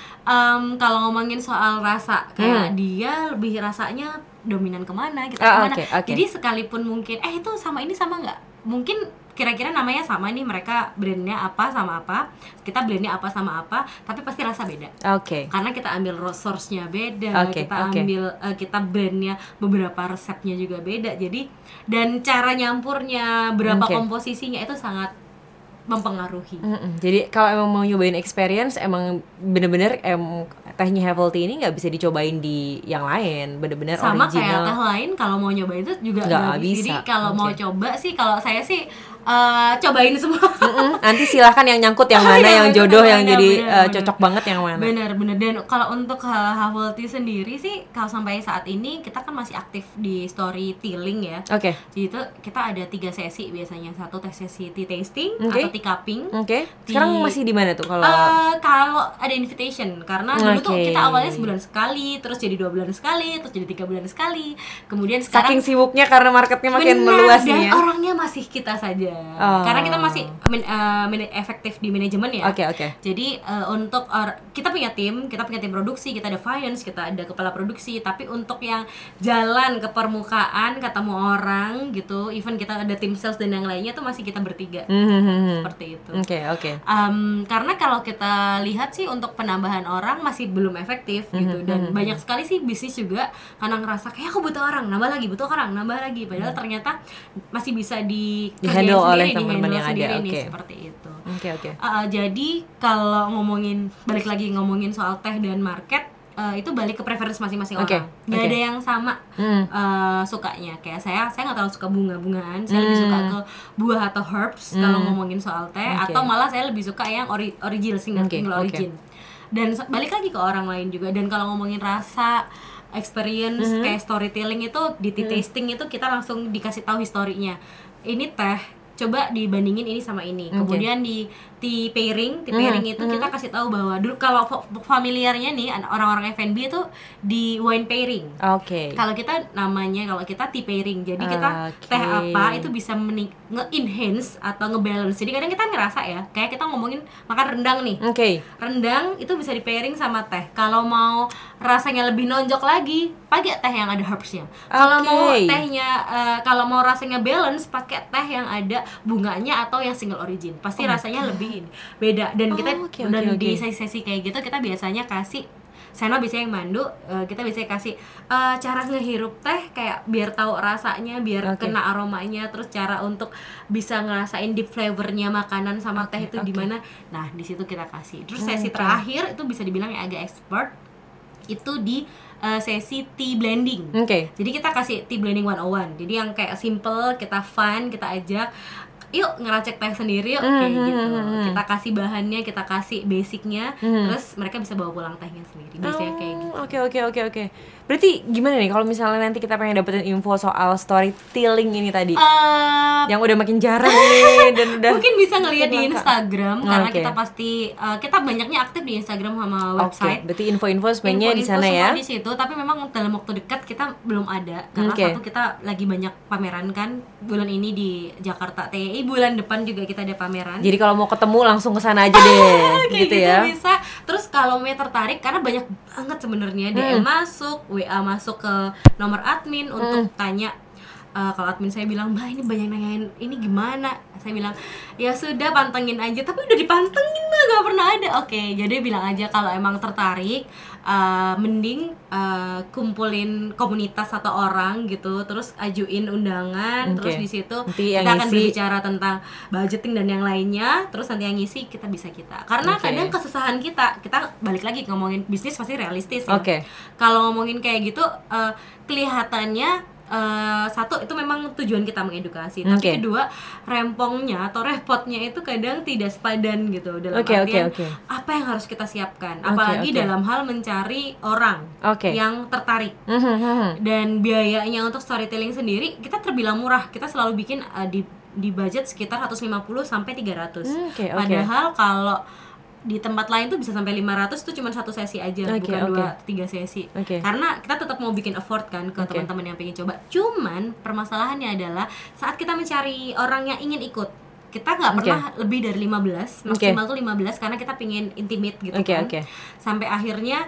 um, kalau ngomongin soal rasa kayak mm. dia lebih rasanya dominan kemana, kita ah, kemana. Okay, okay. Jadi sekalipun mungkin eh itu sama ini sama nggak? Mungkin kira-kira namanya sama nih, mereka brandnya apa sama apa, kita brandnya apa sama apa, tapi pasti rasa beda. Oke. Okay. Karena kita ambil source-nya beda, okay, kita okay. ambil uh, kita brandnya beberapa resepnya juga beda. Jadi dan cara nyampurnya, berapa okay. komposisinya itu sangat mempengaruhi. Mm-mm. Jadi kalau emang mau nyobain experience, emang bener-bener em, tehnya Heavenly ini nggak bisa dicobain di yang lain, bener-bener sama original. Sama kayak teh lain, kalau mau nyobain itu juga nggak bisa. Jadi kalau okay. mau coba sih, kalau saya sih uh, cobain semua. Nanti silahkan yang nyangkut yang mana, yang, yang jodoh, yang bener, jadi bener, uh, bener. cocok banget yang mana. Bener-bener. Dan kalau untuk uh, Heavenly sendiri sih, kalau sampai saat ini kita kan masih aktif di storytelling ya. Oke. Okay. Jadi itu kita ada tiga sesi biasanya. Satu tes sesi tea tasting okay. atau tea cupping. Oke. Okay. Sekarang masih di mana tuh kalau? Uh, kalau ada invitation, karena dulu okay. tuh kita awalnya sebulan sekali, terus jadi dua bulan sekali, terus jadi tiga bulan sekali. Kemudian sekarang saking sibuknya karena marketnya makin benar, meluas dan nih ya. Orangnya masih kita saja. Oh. Karena kita masih men, uh, men- efektif di manajemen ya. Oke okay, oke. Okay. Jadi uh, untuk or- kita punya tim, kita punya tim produksi, kita ada finance, kita ada kepala produksi. Tapi untuk yang jalan ke permukaan, ketemu orang gitu, even kita ada tim sales dan yang lainnya tuh masih kita bertiga. Mm-hmm. Seperti itu. Oke okay, oke. Okay. Um, karena kalau kita lihat sih untuk penambahan orang masih belum efektif gitu, dan mm-hmm. banyak sekali sih bisnis juga karena ngerasa kayak aku butuh orang, nambah lagi, butuh orang, nambah lagi, padahal mm. ternyata masih bisa di handle oleh teman-teman yang ada. Nih, okay. seperti itu. Oke okay, oke. Okay. Uh, jadi kalau ngomongin balik lagi ngomongin soal teh dan market, Uh, itu balik ke preference masing-masing okay, orang. Gak okay. ada yang sama mm. uh, sukanya. Kayak saya, saya nggak terlalu suka bunga-bungaan. Saya mm. lebih suka ke buah atau herbs mm. kalau ngomongin soal teh. Okay. Atau malah saya lebih suka yang ori- original, single, okay. single origin. Okay. Dan balik lagi ke orang lain juga. Dan kalau ngomongin rasa, experience, mm-hmm. kayak storytelling itu di tea tasting mm. itu kita langsung dikasih tahu historinya. Ini teh, coba dibandingin ini sama ini. Okay. Kemudian di tea pairing, tea pairing mm, itu mm. kita kasih tahu bahwa dulu kalau familiarnya nih orang-orang F and B itu di wine pairing. Oke. Okay. Kalau kita namanya kalau kita tea pairing. Jadi kita okay. teh apa itu bisa mening- nge-enhance atau nge-balance. Jadi kadang kita ngerasa ya, kayak kita ngomongin makan rendang nih. Oke. Okay. Rendang itu bisa di pairing sama teh. Kalau mau rasanya lebih nonjok lagi, pakai teh yang ada herbsnya. Kalau okay. mau tehnya uh, kalau mau rasanya balance, pakai teh yang ada bunganya atau yang single origin. Pasti oh rasanya lebih beda. Dan kita oh, okay, dan okay, di okay. sesi-sesi kayak gitu kita biasanya kasih Seno biasanya yang mandu, uh, kita biasanya kasih uh, cara ngehirup teh kayak biar tahu rasanya, biar okay. kena aromanya, terus cara untuk bisa ngerasain deep flavornya makanan sama okay, teh itu okay. gimana. Nah di situ kita kasih. Terus sesi okay. terakhir itu bisa dibilang yang agak expert itu di uh, sesi tea blending. Okay. Jadi kita kasih tea blending one oh one. Jadi yang kayak simple, kita fun, kita ajak yuk ngeracek teh sendiri yuk, kayak mm-hmm. gitu. Kita kasih bahannya, kita kasih basicnya, mm-hmm. terus mereka bisa bawa pulang tehnya sendiri. Biasanya oh, kayak gitu. Oke oke oke oke. Berarti gimana nih kalau misalnya nanti kita pengen dapetin info soal storytelling ini tadi, uh, yang udah makin jarang nih dan udah mungkin bisa ngelihat di Instagram oh, karena okay. kita pasti uh, kita banyaknya aktif di Instagram sama website. Okay. Berarti info-info sebenarnya di sana ya. Info di situ, tapi memang dalam waktu dekat kita belum ada karena okay. satu kita lagi banyak pameran kan bulan ini di Jakarta T I I, bulan depan juga kita ada pameran. Jadi kalau mau ketemu langsung ke sana aja deh, gitu, gitu ya. Bisa. Terus kalau mau tertarik karena banyak banget sebenarnya D M hmm. masuk, W A masuk ke nomor admin untuk hmm. tanya. Uh, kalau admin saya bilang, "Mbak, ini banyak nanyain ini gimana?" Saya bilang, "Ya sudah, pantengin aja." Tapi udah dipantengin, Mbak, nggak pernah ada. Oke, okay, jadi bilang aja kalau emang tertarik, uh, mending uh, kumpulin komunitas atau orang gitu, terus ajuin undangan, okay. terus di situ kita akan ngisi. berbicara tentang budgeting dan yang lainnya, terus nanti yang ngisi kita bisa kita. Karena okay. kadang kesusahan kita, kita balik lagi ngomongin bisnis pasti realistis ya. Okay. Kalau ngomongin kayak gitu, uh, kelihatannya Uh, satu itu memang tujuan kita mengedukasi, tapi okay. kedua rempongnya atau repotnya itu kadang tidak sepadan gitu dalam okay, artian okay, okay. apa yang harus kita siapkan, apalagi okay, okay. dalam hal mencari orang okay. yang tertarik dan biayanya untuk storytelling sendiri kita terbilang murah, kita selalu bikin uh, di di budget sekitar seratus lima puluh sampai tiga ratus. Okay, okay. Padahal kalau di tempat lain tuh bisa sampai lima ratus tuh cuma satu sesi aja, okay, bukan okay. dua tiga sesi. Okay. Karena kita tetap mau bikin afford kan ke okay. teman-teman yang pengen coba. Cuman permasalahannya adalah saat kita mencari orang yang ingin ikut, kita nggak Oke. pernah lebih dari lima belas, Oke. maksimal tuh lima belas karena kita pingin intimate gitu Oke, kan. oke. Sampai akhirnya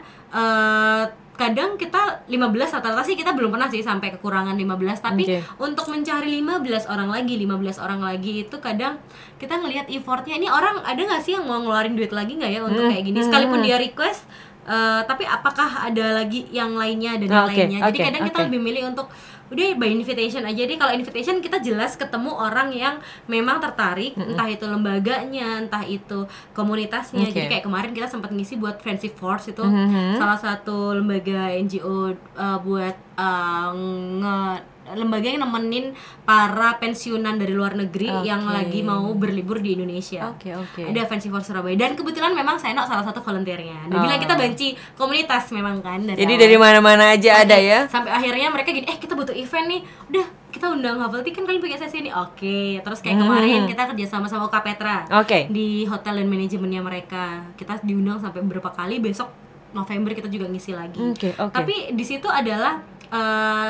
eh, kadang kita lima belas rata-rata sih kita belum pernah sih sampai kekurangan lima belas, tapi Oke. untuk mencari lima belas orang lagi, lima belas orang lagi itu kadang kita ngelihat effortnya, ini orang ada nggak sih yang mau ngeluarin duit lagi nggak ya untuk Hmm, kayak gini, hmm, sekalipun hmm. dia request. eh, tapi apakah ada lagi yang lainnya dan yang Oke, lainnya, jadi oke, kadang kita oke. lebih milih untuk udah by invitation aja deh. Kalau invitation kita jelas ketemu orang yang memang tertarik, entah itu lembaganya, entah itu komunitasnya. Oke. Jadi kayak kemarin kita sempat ngisi buat Friendship Force itu, Mhm. salah satu lembaga N G O uh, buat uh, nge lembaga yang nemenin para pensiunan dari luar negeri Oke. yang lagi mau berlibur di Indonesia. Oke, oke. Ada Friendship Force Surabaya dan kebetulan memang Seno salah satu volunteernya. Dia Oh. bilang kita banci komunitas memang kan dari Jadi awal. dari mana-mana aja ada ya. Sampai akhirnya mereka gini, eh kita butuh event nih, udah kita undang Havelti kan kalian bikin sesi ini, oke. Terus kayak Hmm. kemarin kita kerja sama sama Kapetra Oke. di hotel dan manajemennya mereka, kita diundang sampai beberapa kali. Besok November kita juga ngisi lagi. Oke, oke. Tapi di situ adalah eh,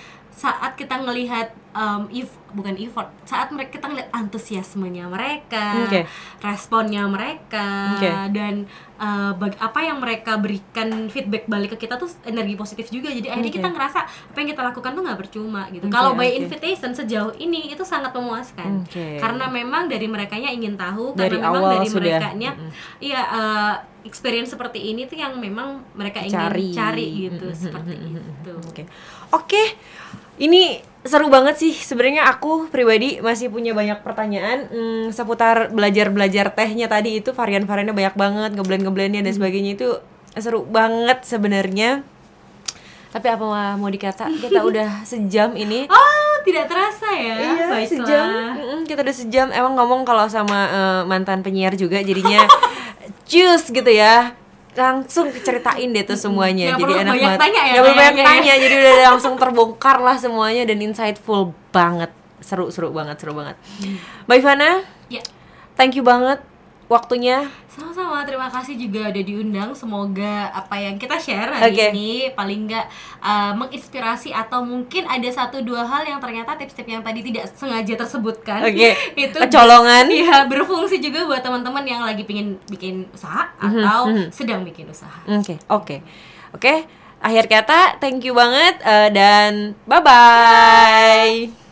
saat kita ngelihat um, if bukan effort, saat mereka kita ngelihat antusiasmenya mereka, Oke. responnya mereka, Oke. dan uh, bag- apa yang mereka berikan feedback balik ke kita tuh energi positif juga. Jadi akhirnya Oke. kita ngerasa apa yang kita lakukan tuh nggak percuma gitu. Oke, Kalau by oke. invitation sejauh ini itu sangat memuaskan. Oke. Karena memang dari merekanya ingin tahu, Dari karena memang awal dari sudah. merekanya iya uh, experience seperti ini tuh yang memang mereka ingin Cari. cari gitu, Mm-mm, seperti mm-mm, itu. Oke. Oke. Ini seru banget sih. Sebenarnya aku pribadi masih punya banyak pertanyaan hmm, seputar belajar-belajar tehnya tadi itu, varian-variannya banyak banget, ngeblend-ngeblendnya dan sebagainya itu seru banget sebenarnya. Tapi apa mau dikata, kita udah sejam ini. Oh, tidak terasa ya. Iya, Baiklah. sejam. Mm-mm, kita udah sejam. Emang ngomong kalau sama eh, mantan penyiar juga jadinya cus gitu ya. Langsung ceritain deh tuh semuanya. Nggak jadi perlu enak banyak banget. tanya ya, Nggak perlu banyak kayaknya ya. tanya. Jadi udah langsung terbongkar lah semuanya dan insightful banget. Seru-seru banget, seru banget. Mbak Ivana, Ya. thank you banget waktunya. Sama-sama, terima kasih juga udah diundang. Semoga apa yang kita share hari Oke. ini paling nggak uh, menginspirasi, atau mungkin ada satu dua hal yang ternyata tips-tips yang tadi tidak sengaja tersebutkan. Oke. Itu Kecolongan. Iya, berfungsi juga buat teman-teman yang lagi pingin bikin usaha atau sedang bikin usaha. Oke, oke. Oke, akhir kata thank you banget eh, dan bye-bye.